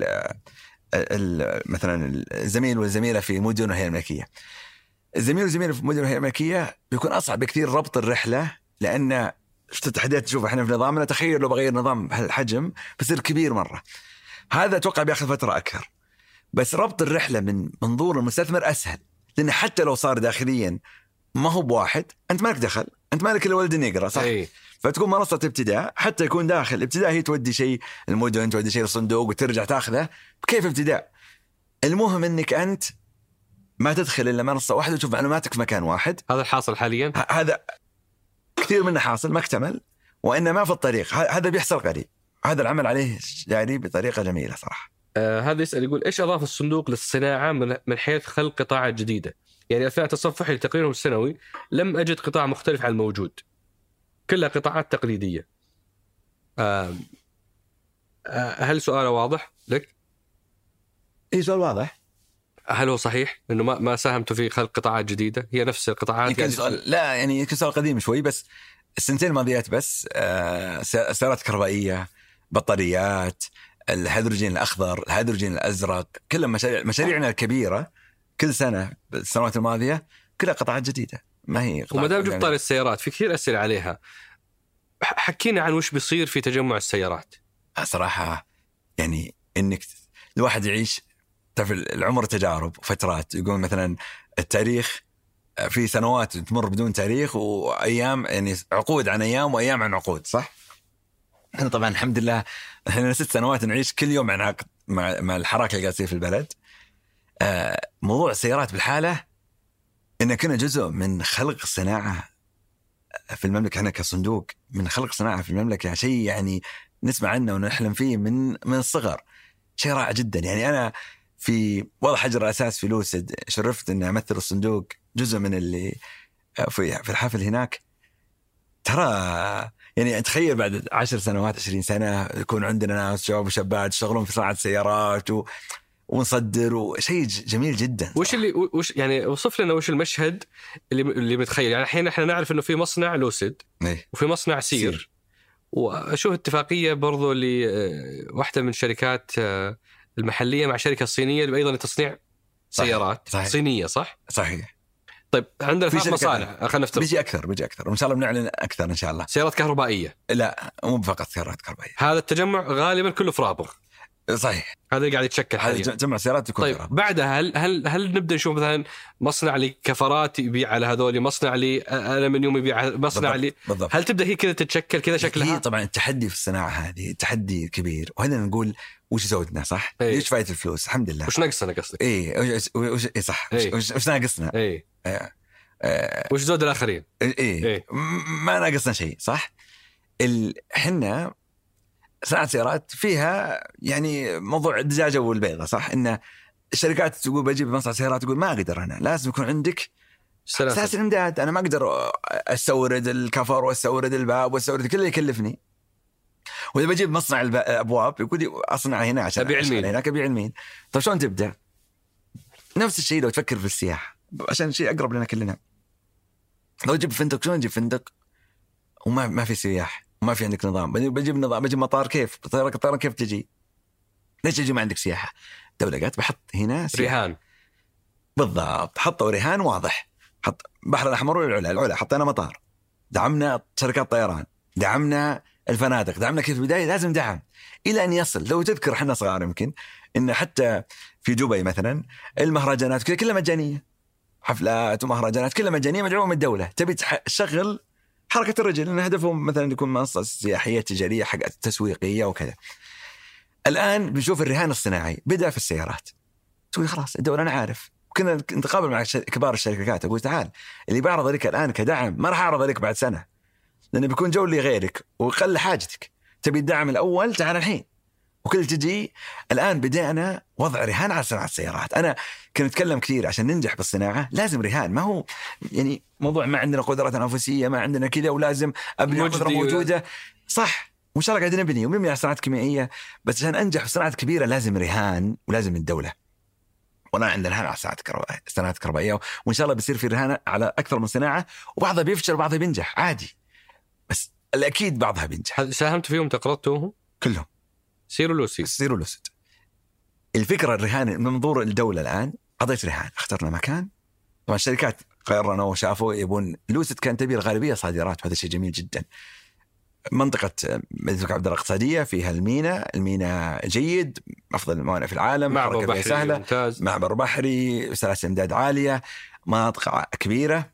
مثلا الزميل والزميلة في مدن وهي الملكية. الزميل والزميلة في مدن وهي الملكية بيكون أصعب بكثير ربط الرحلة، لأن التحديات تشوف احنا في نظامنا، تخيل لو بغير نظام بهالحجم بصير كبير مرة. هذا أتوقع بياخذ فترة أكثر. بس ربط الرحلة من منظور المستثمر أسهل، لأن حتى لو صار داخليا ما هو بواحد، أنت مالك دخل، أنت مالك إلا ولد نقرأ صح؟ فتكون منصة ابتداء، حتى يكون داخل ابتداء هي تودي شيء المدن، تودي شيء الصندوق وترجع تاخذه كيف ابتداء. المهم أنك أنت ما تدخل إلا منصة واحدة وتشوف معلوماتك في مكان واحد. هذا الحاصل حاليا، هذا كثير منه حاصل ما اكتمل، وإنما في الطريق. هذا بيحصل قريب. هذا العمل عليه يعني بطريقة جميلة صراحة. هذا يسأل يقول إيش أضاف الصندوق للصناعة من حيث خلق قطاعات جديدة؟ يعني أثناء تصفحي لتقريرهم السنوي لم أجد قطاع مختلف عن الموجود، كلها قطاعات تقليدية. هل سؤاله واضح لك؟ اي سؤال واضح. هل هو صحيح انه ما ساهمتوا في خلق قطاعات جديده؟ هي نفس القطاعات يمكن سؤال لا يعني يمكن سؤال قديم شوي، بس السنتين الماضيات بس سيارات كهربائيه، بطاريات، الهيدروجين الاخضر، الهيدروجين الازرق، كلها مشاريعنا الكبيره كل سنه بالسنوات الماضيه كلها قطاعات جديده، ما هي وما دام جبت طاري السيارات في كثير اسئله عليها. حكينا عن وش بيصير في تجمع السيارات. صراحه يعني انك الواحد يعيش، تعرف العمر تجارب وفترات. يقول مثلا التاريخ في سنوات تمر بدون تاريخ، وايام يعني عقود عن ايام وايام عن عقود، صح؟ احنا طبعا الحمد لله احنا 6 سنوات نعيش كل يوم عن عقد مع الحركه اللي قاعده تصير في البلد. موضوع السيارات بالحاله ان كنا جزء من خلق الصناعه في المملكه. احنا كصندوق من خلق صناعه في المملكه، شيء يعني نسمع عنه ونحلم فيه من الصغر، شيء رائع جدا. يعني انا في وضع حجر الاساس في لوسيد شرفت اني امثل الصندوق جزء من اللي في الحفل هناك. ترى يعني تخيل بعد 10 سنوات 20 سنه يكون عندنا ناس شباب وشابات يشتغلون في صناعه سيارات ونصدر، وشيء جميل جدا. وش يعني وصف لنا وش المشهد اللي متخيل. يعني الحين احنا نعرف انه في مصنع لوسيد وفي مصنع سير. واشوف اتفاقيه برضو لواحده من الشركات المحليه مع شركه صينيه ايضا لتصنيع سيارات صحيح. صينيه صحيح. طيب عندنا 3 مصانع، خلينا نفترض بيجي اكثر وان شاء الله بنعلن اكثر ان شاء الله. سيارات كهربائيه؟ لا مو فقط سيارات كهربائيه. هذا التجمع غالبا كله فرابغ. صحيح، هذا اللي قاعد يتشكل حاليا. جمع سيارات يكون طيب فرابغ. بعدها هل نبدا نشوف مثلا مصنع لكفرات يبيع على هذول، مصنع لألمنيوم يبيع، مصنع بالضبط. هل تبدا هي كذا تتشكل كذا شكلها؟ هي طبعا التحدي في الصناعه هذه تحدي كبير، وهنا نقول وش زودنا صح؟ ليش فايت الفلوس؟ الحمد لله. وش ناقصنا قصدك؟ وش صح. وش ناقصنا؟ وش زود الآخرين؟ ما ناقصنا شيء صح. حنا صناعة سيارات فيها يعني موضوع الدجاجة والبيضة، صح؟ إن الشركات تقول بجيب مصنع سيارات، تقول ما أقدر، أنا لازم يكون عندك سلاسل إمداد. أنا ما أقدر أستورد الكفر واستورد الباب واستورد كل اللي يكلفني. وإذا بجيب مصنع الأبواب يقول لي أصنع هنا عشان أبيع المين، هناك أبيع المين. طيب شلون تبدأ؟ نفس الشيء لو تفكر في السياحة عشان شيء أقرب لنا كلنا. لو جيب فندق، شلون نجيب فندق وما في سياح وما في عندك نظام؟ بجيب مطار، كيف الطيران كيف تجي؟ ليش تجي ما عندك سياحة؟ دولة قالت بحط هنا سياحة. رهان بالضبط، حطوا رهان واضح. حط بحر الأحمر والعلا حطينا مطار، دعمنا شركات طيران، دعمنا الفنادق، دعمنا كيف بداية لازم دعم إلى أن يصل. لو تذكر احنا صغار يمكن إن حتى في دبي مثلا المهرجانات كلها مجانية، حفلات ومهرجانات كلها مجانية مدعومة من الدولة. تبي تشغل حركة الرجل، إن هدفهم مثلا يكون منصة سياحية تجارية حق تسويقية وكذا. الآن بنشوف الرهان الصناعي بدأ في السيارات. تقول خلاص الدولة أنا عارف، كنا نتقابل مع كبار الشركات أقول تعال اللي بعرض لك الآن كدعم ما راح أعرض لك بعد سنة، لأنه بيكون جولي غيرك وقل حاجتك. تبي الدعم الأول تعال الحين. وكل تجي الآن بدأنا وضع رهان على صناعة السيارات. أنا كنت أتكلم كثير عشان ننجح بالصناعة لازم رهان، ما هو يعني موضوع ما عندنا قدرة تنافسية، ما عندنا كذا ولازم أبني قدرة موجودة صح. وإن شاء الله قاعدين نبني على صناعات كيميائية، بس عشان أنجح في صناعات كبيرة لازم رهان ولازم الدولة. وأنا عندنا رهان على صناعات كهربائية، وإن شاء الله بيصير في رهان على أكثر من صناعة، وبعضها بيفشل وبعضها بينجح عادي، بس الأكيد بعضها بينجح. ساهمت فيهم تقرضتهم كلهم؟ سيروا لوسيد. الفكرة الرهان من منظور الدولة الآن قضيت رهان، اخترنا مكان. طبعا الشركات قررنا وشافوا يبون لوسيد، كان تبي الغالبية صادرات وهذا شيء جميل جدا. منطقة مدينة عبد الله الاقتصادية فيها المينا جيد، أفضل الموانئ في العالم، معبر بحري سهلة ممتاز، معبر بحري، سلاسل إمداد عالية، مناطق كبيرة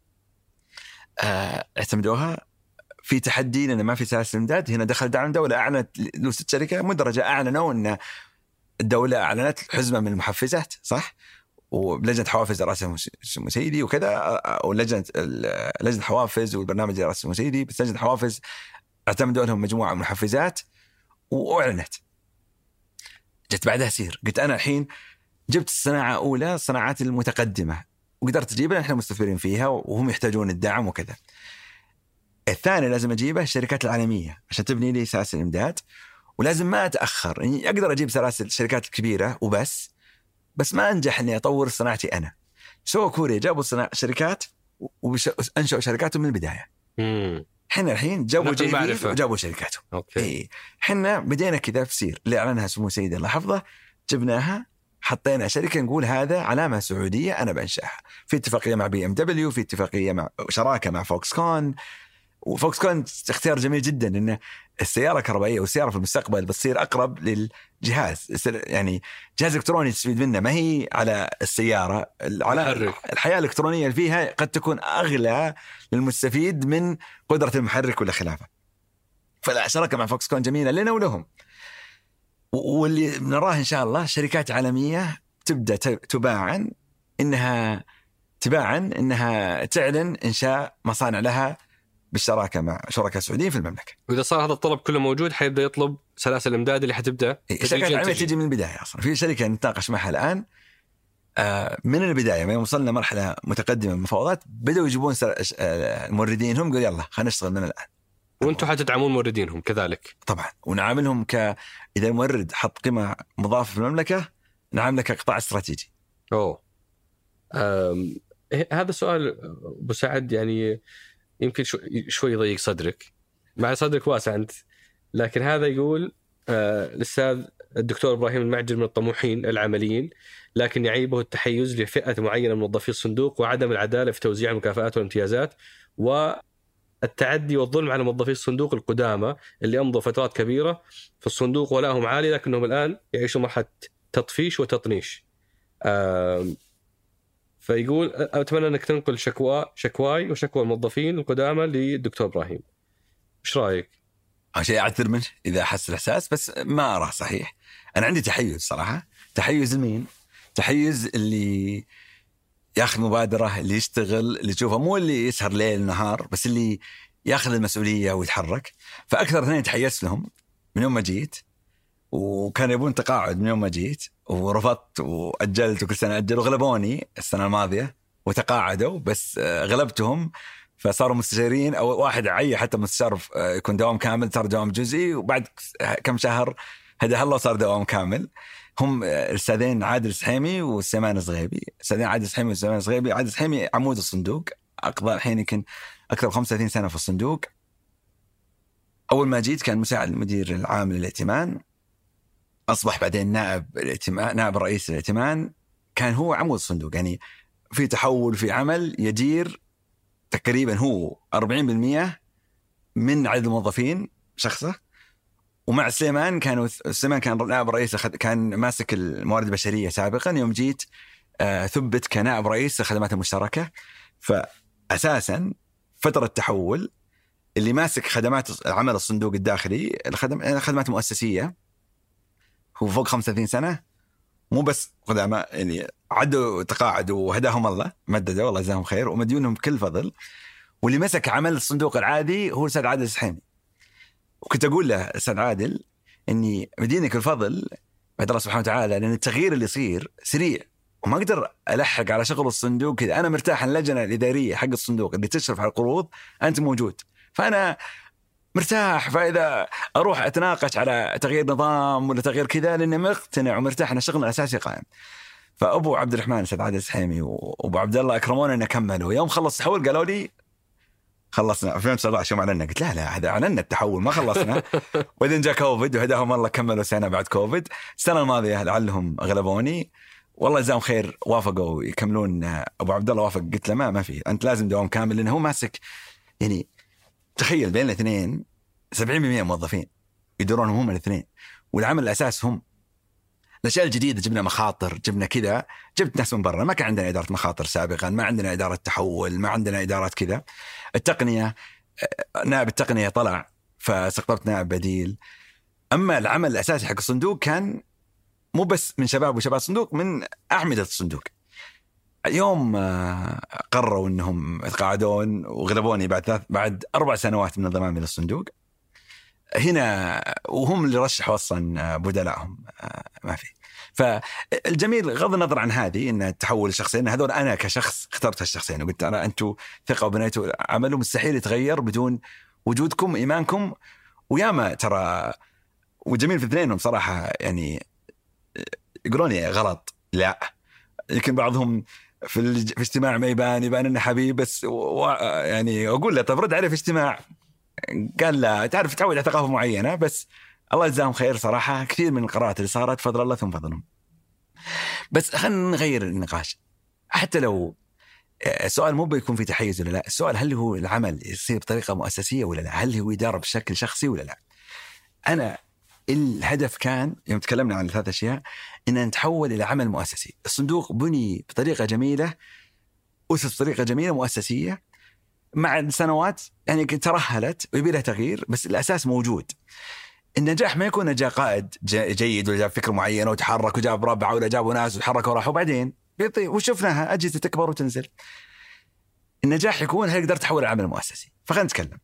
اعتمدوها. في تحدي لأن ما في سلاسل إمداد، هنا دخل دعم دولة. أعلنت لوسيد شركة مدرجة، أعلنوا أن الدولة أعلنت حزمة من المحفزات صح، ولجنة حوافز رئاسة المسيدي وكذا، ولجنة حوافز والبرنامج رئاسة المسيدي، بس لجنة حوافز اعتمدوا لهم مجموعة من المحفزات وأعلنت. جت بعدها سير، قلت أنا الحين جبت الصناعة أولى، الصناعات المتقدمة وقدرت أجيبها، إحنا مستثمرين فيها وهم يحتاجون الدعم وكذا. الثاني لازم أجيبه الشركات العالمية عشان تبني لي سلاسل الإمداد، ولازم ما أتأخر إني أقدر أجيب سلاسل الشركات الكبيرة بس ما أنجح إني أطور صناعتي أنا. سووا كوريا جابوا شركات وأنشأوا شركاتهم من البداية. حنا الحين جابوا جيبي وجابوا شركاتهم. إيه حنا بدينا كذا في سير اللي أعلنها سمو سيد الله حفظه، جبناها حطينا شركة نقول هذا علامة سعودية أنا بنشأها، في اتفاقية مع BMW، في اتفاقية مع شراكة مع فوكسكون. وفوكسكون اختيار جميل جدا، إن السيارة الكهربائية والسيارة في المستقبل بتصير أقرب للجهاز، يعني جهاز إلكتروني تستفيد منه، ما هي على السيارة. على الحياة الإلكترونية اللي فيها قد تكون أغلى للمستفيد من قدرة المحرك ولا خلافه. فالشراكة مع فوكسكون جميلة لنا ولهم، واللي نراه إن شاء الله شركات عالمية تبدأ تباعن إنها تعلن إنشاء مصانع لها بالشراكة مع شركاء سعوديين في المملكة. وإذا صار هذا الطلب كله موجود حيبدأ يطلب سلاسل الإمداد اللي حتبدأ. الشركات العالمية تيجي من البداية أصلا. في شركة نتناقش معها الآن من البداية، ما وصلنا مرحلة متقدمة من المفاوضات بدأوا يجيبون موردينهم، قالوا يلا خلينا نشتغل من الآن. وأنتم حتدعمون موردينهم كذلك؟ طبعا، ونعاملهم إذا المورد حط قيمة مضافة في المملكة نعامله كقطاع استراتيجي. هذا سؤال أبو سعد يعني يمكن شوي يضيق صدرك، مع صدرك واسع أنت، لكن هذا يقول الأستاذ الدكتور إبراهيم المعجل من الطموحين العمليين، لكن يعيبه التحيز لفئة معينة من موظفي الصندوق وعدم العدالة في توزيع المكافآت والامتيازات والتعدي والظلم على موظفي الصندوق القدامى اللي أمضوا فترات كبيرة في الصندوق ولائهم عالي، لكنهم الآن يعيشوا مرحلة تطفيش وتطنيش. فيقول أتمنى أنك تنقل شكواي وشكوى الموظفين القدامى للدكتور إبراهيم. إيش رأيك؟ شيء أعتذر منه إذا أحس الإحساس، بس ما أراه صحيح. أنا عندي تحيز صراحة. تحيز المين؟ تحيز اللي ياخذ مبادرة، اللي يشتغل، اللي تشوفه مو اللي يسهر ليل نهار، بس اللي ياخذ المسؤولية ويتحرك. فأكثر اثنين تحيزت لهم من يوم ما جيت، وكان يبون تقاعد من يوم ما جيت ورفضت وأجلت، وكل سنة أجل، وغلبوني السنة الماضية وتقاعدوا، بس غلبتهم فصاروا مستشارين. أو واحد عي حتى مستشار يكون دوام كامل صار دوام جزئي، وبعد كم شهر هداه الله صار دوام كامل. هم الأستاذين عادل السحيمي والسيمان الصغيبي. الأستاذين عادل السحيمي والسيمان الصغيبي. عادل السحيمي عمود الصندوق، أقضى الحين يمكن أكثر من 35 سنة في الصندوق. أول ما جيت كان مساعد المدير العام للائتمان، أصبح بعدين نائب رئيس الائتمان. كان هو عمود الصندوق، يعني في تحول في عمل يدير تقريبا هو 40% من عدد الموظفين شخصه. ومع سليمان كان نائب رئيس، كان ماسك الموارد البشرية سابقا. يوم جيت ثبت كنائب رئيس الخدمات المشتركة. فأساسا فترة تحول اللي ماسك خدمات العمل الصندوق الداخلي، الخدمات المؤسسية، هو فوق 35 سنة، مو بس قدامى، يعني عدوا تقاعدوا وهداهم الله مددوا والله جزاهم خير ومديونهم كل فضل. واللي مسك عمل الصندوق العادي هو الأستاذ عادل السحيمي. وكنت أقول له أستاذ عادل إني مدينك الفضل بعد الله سبحانه وتعالى، لأن التغيير اللي يصير سريع وما أقدر ألحق على شغل الصندوق كذا. أنا مرتاح اللجنة الإدارية حق الصندوق اللي تشرف على القروض أنت موجود، فأنا مرتاح. فإذا أروح أتناقش على تغيير نظام ولا تغيير كذا لأني مقتنع ومرتاح أن شغلنا الأساسي قائم. فأبو عبد الرحمن أستاذ عادل السحيمي وأبو عبد الله أكرمونا أن نكملوا. يوم خلص التحول قالوا لي خلصنا 2019 يوم أعلنا. قلت لا هذا أعلنا التحول ما خلصنا. وإذن جاء كوفيد وهداهم الله كملوا سنة بعد كوفيد. السنة الماضية لعلهم غلبوني والله جزاهم خير، وافقوا يكملون. أبو عبد الله وافق، قلت له ما في، أنت لازم دوام كامل، لأنه هو ماسك، يعني تخيل بين الاثنين 70% موظفين يدورونهم هم الاثنين، والعمل الأساس هم. الأشياء الجديدة جبنا مخاطر، جبنا كذا، جبت ناس من برا. ما كان عندنا إدارة مخاطر سابقا، ما عندنا إدارة تحول، ما عندنا إدارات كذا. التقنية، نائب التقنية طلع فسقطت نائب بديل. أما العمل الأساسي حق الصندوق كان مو بس من شباب وشباب الصندوق، من أعمدة الصندوق. يوم قرروا أنهم يتقاعدون وغلبوني بعد 4 سنوات من انضمامي للصندوق، هنا وهم اللي رشحوا أصلا بدلائهم ما في. فالجميل غض النظر عن هذه إن التحول الشخصين هذول أنا كشخص اخترت الشخصين وقلت أنا أنتوا ثقة وبنيتوا عملوا مستحيل يتغير بدون وجودكم إيمانكم. وياما ترى وجميل في اثنينهم صراحة يعني يقولون غلط لا يمكن بعضهم في اجتماع ما يبان إنه حبيب بس يعني أقول له طب رد عليه في اجتماع قال لا تعرف تعود على ثقافة معينة بس الله يجزاهم خير صراحة كثير من القرارات اللي صارت فضل الله ثم فضلهم. بس خلينا نغير النقاش حتى لو السؤال مو بيكون في تحيز ولا لا. السؤال هل هو العمل يصير بطريقة مؤسسية ولا لا؟ هل هو يدار بشكل شخصي ولا لا؟ أنا الهدف كان يوم تكلمنا عن الثلاث أشياء إن نتحول إلى عمل مؤسسي. الصندوق بني بطريقة جميلة أسس بطريقة جميلة مؤسسية مع السنوات يعني ترهلت ويبي لها تغيير بس الأساس موجود. النجاح ما يكون نجاح قائد جيد ولا جاب فكرة معينة وتحرك وجاب ربعة ولا جابوا ناس وتحركوا وراحوا بعدين وشفناها أجهزة تكبر وتنزل. النجاح يكون هل قدرت تحول العمل المؤسسي. فخلنا نتكلم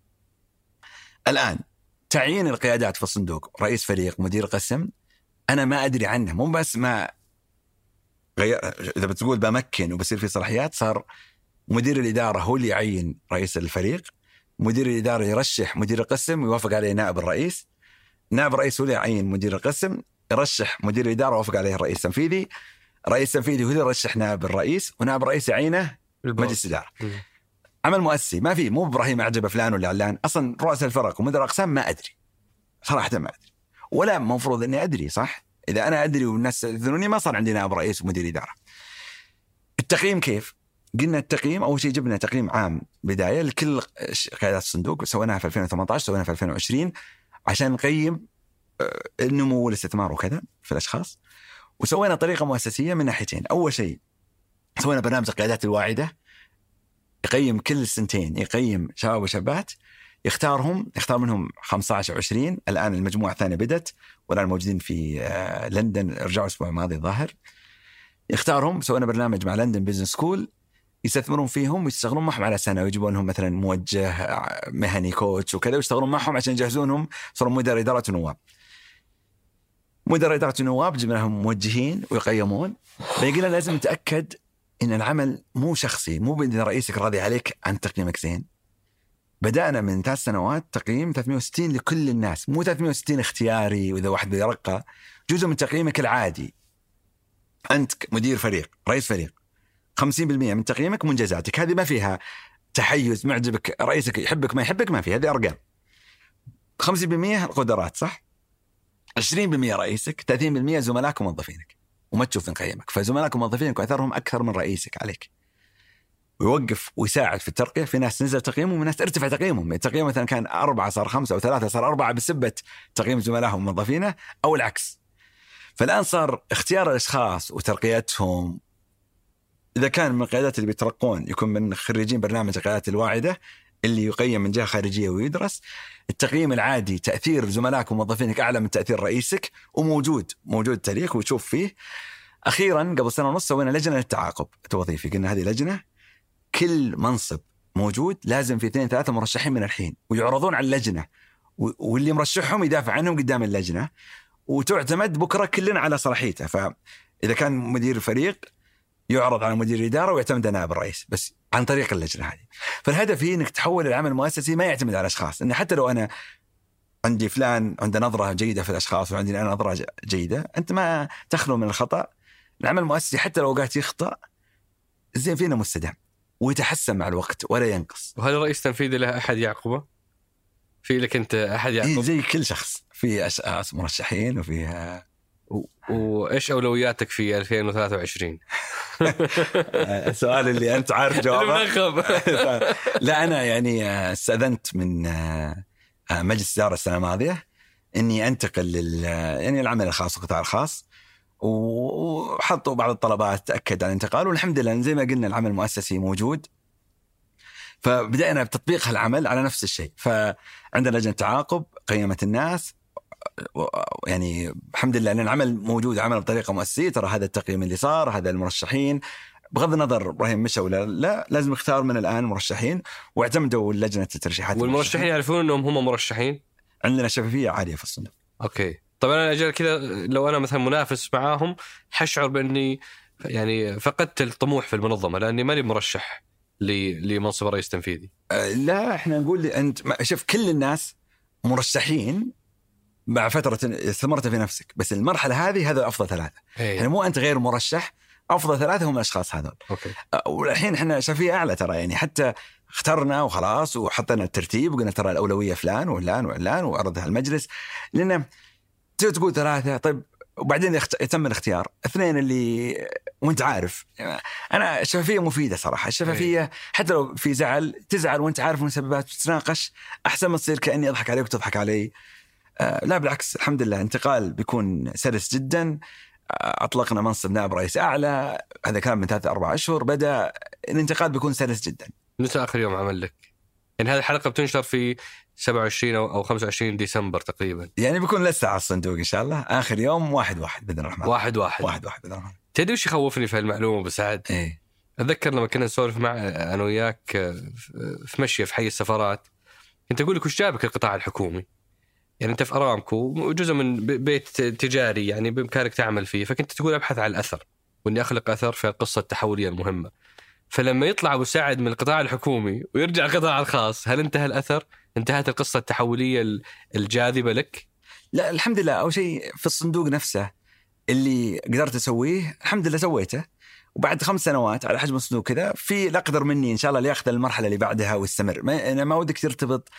الآن تعيين القيادات في الصندوق رئيس فريق مدير قسم أنا ما أدري عنه مو بس ما غير إذا بتقول بمكن وبصير في صلاحيات صار مدير الإدارة هو اللي يعين رئيس الفريق مدير الإدارة يرشح مدير القسم ويوافق عليه نائب الرئيس نائب الرئيس هو اللي يعين مدير القسم يرشح مدير الإدارة ويوافق عليه الرئيس التنفيذي رئيس التنفيذي هو اللي يرشح نائب الرئيس ونائب الرئيس يعينه مجلس الإدارة. عمل مؤسسي ما في مو إبراهيم أعجب فلان ولا علان. أصلا رؤساء الفرق ومدير الأقسام ما أدري صراحة ما أدري ولا مفروض أني أدري صح. إذا أنا أدري والناس يذنوني ما صار عندي نائب رئيس ومدير إدارة. التقييم كيف؟ قلنا التقييم أول شيء جبنا تقييم عام بداية لكل قيادات الصندوق سويناها في 2018 سويناها في 2020 عشان نقيم النمو والاستثمار وكذا في الأشخاص. وسوينا طريقة مؤسسية من ناحيتين. أول شيء سوينا برنامج القيادات الواعدة يقيم كل سنتين يقيم شباب وشابات يختار منهم 15 أو 20. الآن المجموعة الثانية بدت والآن موجودين في لندن رجعوا الأسبوع الماضي الظاهر يختارهم. سوينا برنامج مع لندن بيزنس سكول يستثمرون فيهم ويشتغلون معهم على سنة ويجيبون لهم مثلا موجه مهني كوتش وكذا ويشتغلون معهم عشان يجهزونهم صاروا مدير إدارة النواب. مدير إدارة النواب جبنا لهم موجهين ويقيمون. فيقولنا لازم نتأكد إن العمل مو شخصي مو بإن رئيسك راضي عليك عن تقييمك زين. بدأنا من 3 سنوات تقييم 360 لكل الناس مو 360 اختياري وإذا واحد بيرقى جزء من تقييمك العادي. أنت مدير فريق رئيس فريق 50% من تقييمك منجزاتك هذه ما فيها تحيز معجبك رئيسك يحبك ما يحبك ما في هذه أرقام. 50% قدرات صح 20% رئيسك 30% زملائك وموظفينك وما تشوف نقيمك. فزملائك وموظفينك أثرهم أكثر من رئيسك عليك ويوقف ويساعد في الترقية. في ناس نزل تقييمهم وناس ارتفع تقييمهم. التقييم مثلا كان 4 صار 5 أو 3 صار 4 بسبة تقييم زملائهم وموظفينه أو العكس. فالآن صار اختيار الأشخاص وترقيتهم إذا كان من القيادات اللي بيترقون يكون من خريجين برنامج القيادات الواعدة اللي يقيم من جهة خارجية ويدرس. التقييم العادي تأثير زملائك وموظفينك أعلى من تأثير رئيسك وموجود تاريخ وتشوف فيه. أخيرا قبل سنة ونص سوينا لجنة للتعاقب الوظيفي. قلنا هذه لجنة كل منصب موجود لازم في 2-3 مرشحين من الحين ويعرضون على اللجنة واللي مرشحهم يدافع عنهم قدام اللجنة وتعتمد بكرة كلنا على صلاحيته. فإذا كان مدير فريق يعرض على مدير الإدارة ويعتمد نائب الرئيس بس عن طريق اللجنة هذه. فالهدف هي إنك تحول العمل المؤسسي ما يعتمد على أشخاص. إن حتى لو أنا عندي فلان عنده نظرة جيدة في الأشخاص وعندي أنا نظرة جيدة أنت ما تخلو من الخطأ. العمل المؤسسي حتى لو قاعد يخطأ زين فينا مستدام ويتحسن مع الوقت ولا ينقص. وهل الرئيس التنفيذي له أحد يعقبه؟ في لك أنت أحد يعقب؟ زي كل شخص في أشخاص مرشحين وفيها. وإيش أولوياتك في 2023؟ السؤال اللي أنت عارف جوابه. لا أنا يعني استأذنت من مجلس إدارة السنة الماضية إني أنتقل يعني العمل الخاص والقطاع الخاص وحطوا بعض الطلبات تأكد عن الانتقال والحمد لله زي ما قلنا العمل المؤسسي موجود. فبدأنا بتطبيق هالعمل على نفس الشيء. فعندنا لجنة تعاقب قيمت الناس يعني الحمد لله أن العمل موجود عمل بطريقة مؤسسية. ترى هذا التقييم اللي صار هذا المرشحين بغض النظر إبراهيم مشى ولا لا لازم نختار من الآن مرشحين واعتمدوا لجنة الترشيحات. والمرشحين يعرفون أنهم هم مرشحين عندنا شفافية عالية في الصندوق. اوكي. طبعا انا اجل كذا لو انا مثلا منافس معاهم حشعر باني يعني فقدت الطموح في المنظمه لاني ماني مرشح لمنصب الرئيس التنفيذي. لا احنا نقول انت شوف كل الناس مرشحين مع فتره استمرت في نفسك، بس المرحله هذه هذا افضل ثلاثه. يعني مو انت غير مرشح، افضل ثلاثه هم الاشخاص هذول. اوكي. والحين احنا شفيه اعلى ترى، يعني حتى اخترنا وخلاص وحطينا الترتيب وقلنا ترى الاولويه فلان وعلان وعلان وعرضها المجلس، لان تقول ثلاثه طيب وبعدين يتم الاختيار اثنين اللي وانت عارف. انا الشفافيه مفيده صراحه. الشفافيه حتى لو في زعل تزعل وانت عارف المسببات وتتناقش احسن ما تصير كاني اضحك عليك وتضحك علي. لا بالعكس، الحمد لله انتقال بيكون سلس جدا. اطلقنا منصب نائب رئيس اعلى، هذا كان من 3-4 أشهر، بدا الانتقال بيكون سلس جدا. متى اخر يوم عمل لك؟ يعني هذه الحلقه بتنشر في 27 أو 25 ديسمبر تقريبا، يعني بيكون لسه على الصندوق إن شاء الله آخر يوم 1/1 بإذن الرحمن. 1/1 بإذن الرحمن. تدري وش يخوفني في المعلومة بسعد؟ إيه؟ أتذكر لما كنا نسولف مع أنا وياك في مشية في حي السفارات، كنت أقول لك وش جابك القطاع الحكومي؟ يعني أنت في أرامكو وجزء من بيت تجاري يعني بإمكانك تعمل فيه، فكنت تقول أبحث عن الأثر وإني أخلق أثر في القصة التحولية المهمة. فلما يطلع أبو سعد من القطاع الحكومي ويرجع القطاع الخاص، هل انتهى الأثر؟ انتهت القصة التحولية الجاذبة لك؟ لا الحمد لله. أول شيء في الصندوق نفسه اللي قدرت أسويه الحمد لله سويته، وبعد 5 سنوات على حجم الصندوق كذا في لا أقدر مني إن شاء الله ليأخذ المرحلة اللي بعدها ويستمر. أنا ما ودك ترتبط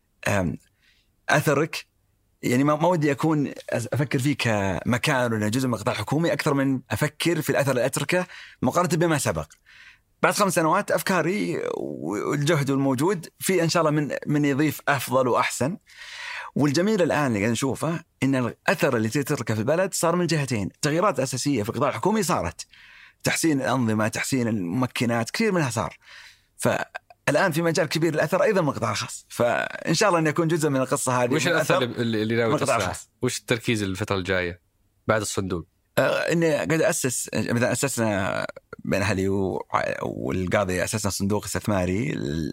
أثرك، يعني ما ودي أكون أفكر فيه كمكان ولا جزء من القطاع الحكومي أكثر من أفكر في الأثر اللي أتركه مقارنة بما سبق. بعد 5 سنوات أفكاري والجهد الموجود في إن شاء الله من يضيف أفضل وأحسن. والجميل الآن اللي قاعد نشوفه إن الأثر اللي تتركه في البلد صار من جهتين. تغييرات أساسية في القطاع الحكومي صارت، تحسين الأنظمة، تحسين الممكنات، كثير منها صار. فالآن في مجال كبير الأثر أيضا من القطاع الخاص، فإن شاء الله أن يكون جزء من القصة هذه. وش الأثر اللي ناوي تصنعه؟ وش التركيز الفترة الجاية بعد الصندوق؟ إني قاعد أسس، مثلا أسسنا بين أهلي والقاضي أسسنا صندوق استثماري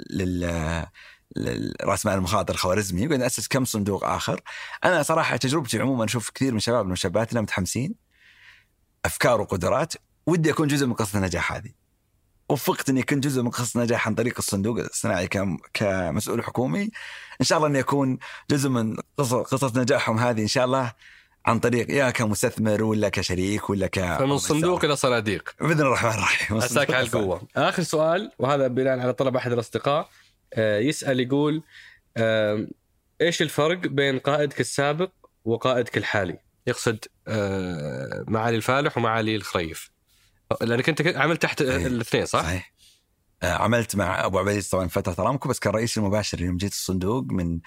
للرأس مال المخاطر الخوارزمي، وقاعد أسس كم صندوق آخر. أنا صراحة تجربتي عموما أشوف كثير من شبابنا وشاباتنا متحمسين، أفكار وقدرات، ودي أكون جزء من قصة النجاح هذه. وفقت أني كنت جزء من قصة نجاح عن طريق الصندوق الصناعي كمسؤول حكومي. إن شاء الله أني أكون جزء من قصة نجاحهم هذه إن شاء الله عن طريق يا كمستثمر ولا كشريك ولا فمن صندوق إلى صناديق بإذن الرحمن الرحيم. أساك على القوة. آخر سؤال، وهذا بناء على طلب أحد الأصدقاء، يسأل يقول إيش الفرق بين قائدك السابق وقائدك الحالي؟ يقصد معالي الفالح ومعالي الخريف، لأنك أنت عملت تحت الاثنين صح؟ صحيح. عملت مع أبو عبيد طبعا فترة أرامكو، بس كان رئيس المباشر يوم جيت الصندوق من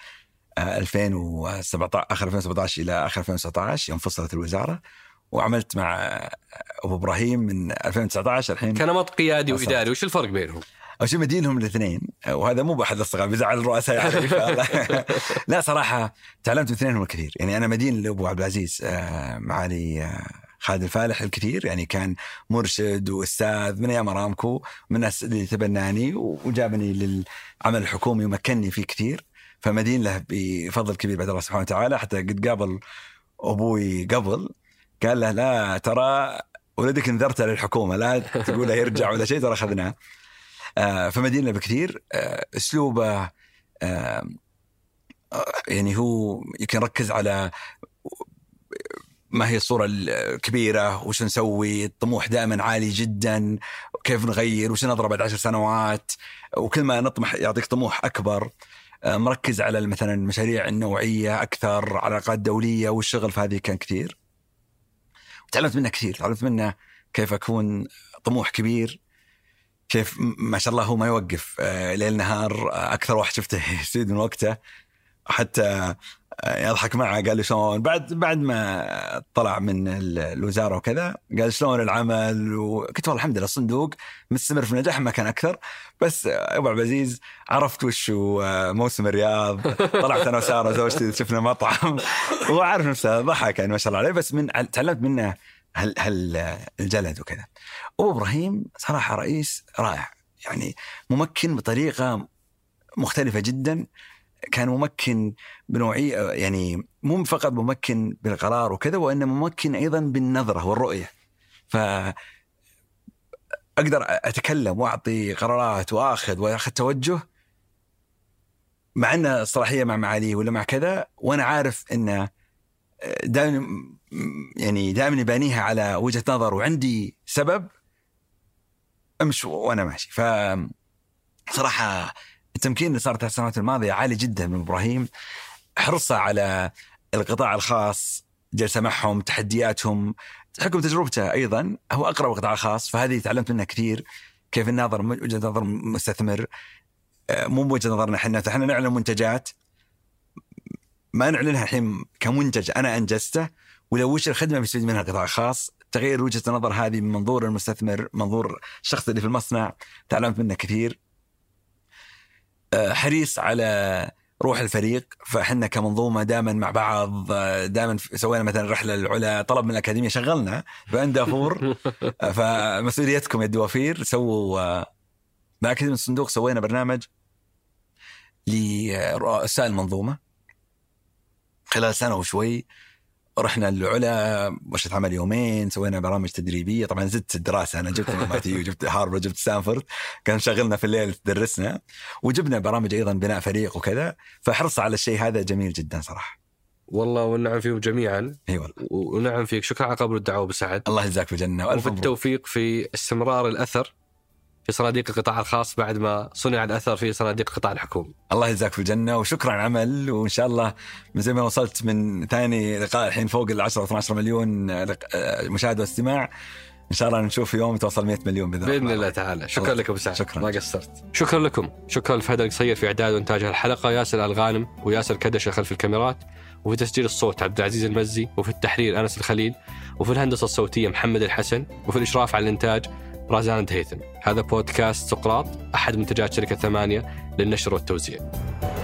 2017 آخر 2017 إلى آخر 2019 يوم فصلت الوزارة. وعملت مع أبو إبراهيم من 2019 الحين كنمط قيادي وإداري. وش الفرق بينهم؟ أو شو مدينهم الاثنين، وهذا مو بأحد الصغار بيزعل الرؤساء يعني. لا صراحة تعلمت من اثنينهم الكثير. يعني أنا مدين لأبو عبد العزيز معالي خالد الفالح الكثير، يعني كان مرشد وأستاذ من أيام أرامكو، من الناس اللي تبناني وجابني للعمل الحكومي ومكنني فيه كثير، فمدين له بفضل كبير بعد الله سبحانه وتعالى. حتى قد قابل أبوي قبل قال له لا ترى ولدك انذرته للحكومة، لا تقول له يرجع ولا شيء، ترى أخذناه. فمدين له بكثير. أسلوبه يعني هو يمكن ركز على ما هي الصورة الكبيرة، وش نسوي، الطموح دائما عالي جدا، كيف نغير، وش نضرب بعد 10 سنوات، وكل ما نطمح يعطيك طموح أكبر. مركز على مثلا المشاريع النوعية أكثر، علاقات دولية، والشغل في هذه كان كثير. تعلمت منه كثير، تعلمت منه كيف أكون طموح كبير، كيف ما شاء الله هو ما يوقف ليل نهار. أكثر واحد شفته يسيد من وقته، حتى يضحك معه قال لي شلون بعد ما طلع من الوزارة وكذا، قال شلون العمل، وكنت والله الحمد لله الصندوق مستمر في النجاح ما كان أكثر. بس أبو عبد العزيز عرفت وش موسم الرياض، طلعت أنا وسارة زوجتي شفنا مطعم، هو عارف نفسه، ضحك يعني ما شاء الله عليه. بس تعلمت منه الجلد وكذا. أبو إبراهيم صراحة رئيس رائع، يعني ممكن بطريقة مختلفة جدا. كان ممكن بنوعية، يعني مو فقط ممكن بالقرار وكذا، وإنما ممكن أيضا بالنظرة والرؤية. فأقدر أتكلم وأعطي قرارات وأخذ توجه، مع أن الصلاحية مع معاليه ولا مع كذا، وأنا عارف أنه دائما يبانيها على وجهة نظر وعندي سبب أمشي وأنا ماشي. فصراحة التمكين اللي صار 3 سنوات الماضية عالي جدا من إبراهيم. حرصه على القطاع الخاص، جلسة معهم، تحدياتهم، حكم تجربته أيضا، هو أقرب القطاع الخاص، فهذه تعلمت منه كثير. كيف الناظر وجهة نظر مستثمر، مو بوجهة نظرنا احنا نعلن منتجات ما نعلنها الحين كمنتج أنا أنجزته، ولو وش الخدمة بيستفيد منها القطاع الخاص. تغيير وجهة النظر هذه من منظور المستثمر، منظور الشخص اللي في المصنع، تعلمت منه كثير. حريص على روح الفريق، فإحنا كمنظومة دائما مع بعض، دائما سوينا مثلا رحلة للعلا، طلب من الأكاديمية شغلنا بأن دافور فمسؤوليتكم يا الدوافير. سووا مع أكاديمية الصندوق سوينا برنامج لرؤساء المنظومة خلال سنة وشوي. رحنا للعلا، ورشة عمل يومين، سوينا برامج تدريبية. طبعا زدت الدراسة، أنا جبت MIT وجبت هارفارد وجبت ستانفورد، كان شغلنا في الليل تدرسنا، وجبنا برامج أيضا بناء فريق وكذا. فحرص على الشيء هذا جميل جدا صراحة. والله ونعم فيهم جميعا. أيوة. ونعم فيك. شكرا على قبول الدعوة بسعد. الله يجزاك في الجنة، وألف مبروك. التوفيق في استمرار الأثر في صناديق القطاع الخاص بعد ما صنع الأثر في صناديق القطاع الحكومي. الله يجزاك في الجنة، وشكرا على العمل. وإن شاء الله من زي ما وصلت من ثاني لقاء الحين فوق 10-12 مليون مشاهدة واستماع، إن شاء الله نشوف يوم توصل 100 مليون بإذن الله تعالى. شكرا لك أبو سعد، شكرا. ما قصرت. شكرا لكم. شكرا لفهد القصير في إعداد وإنتاج الحلقة، ياسر الغانم وياسر كدش خلف الكاميرات، وفي تسجيل الصوت عبد العزيز المزي، وفي التحرير أنس الخليل، وفي الهندسة الصوتية محمد الحسن، وفي الإشراف على الإنتاج رازان دهيثم. هذا بودكاست سقراط، أحد منتجات شركة 8 للنشر والتوزيع.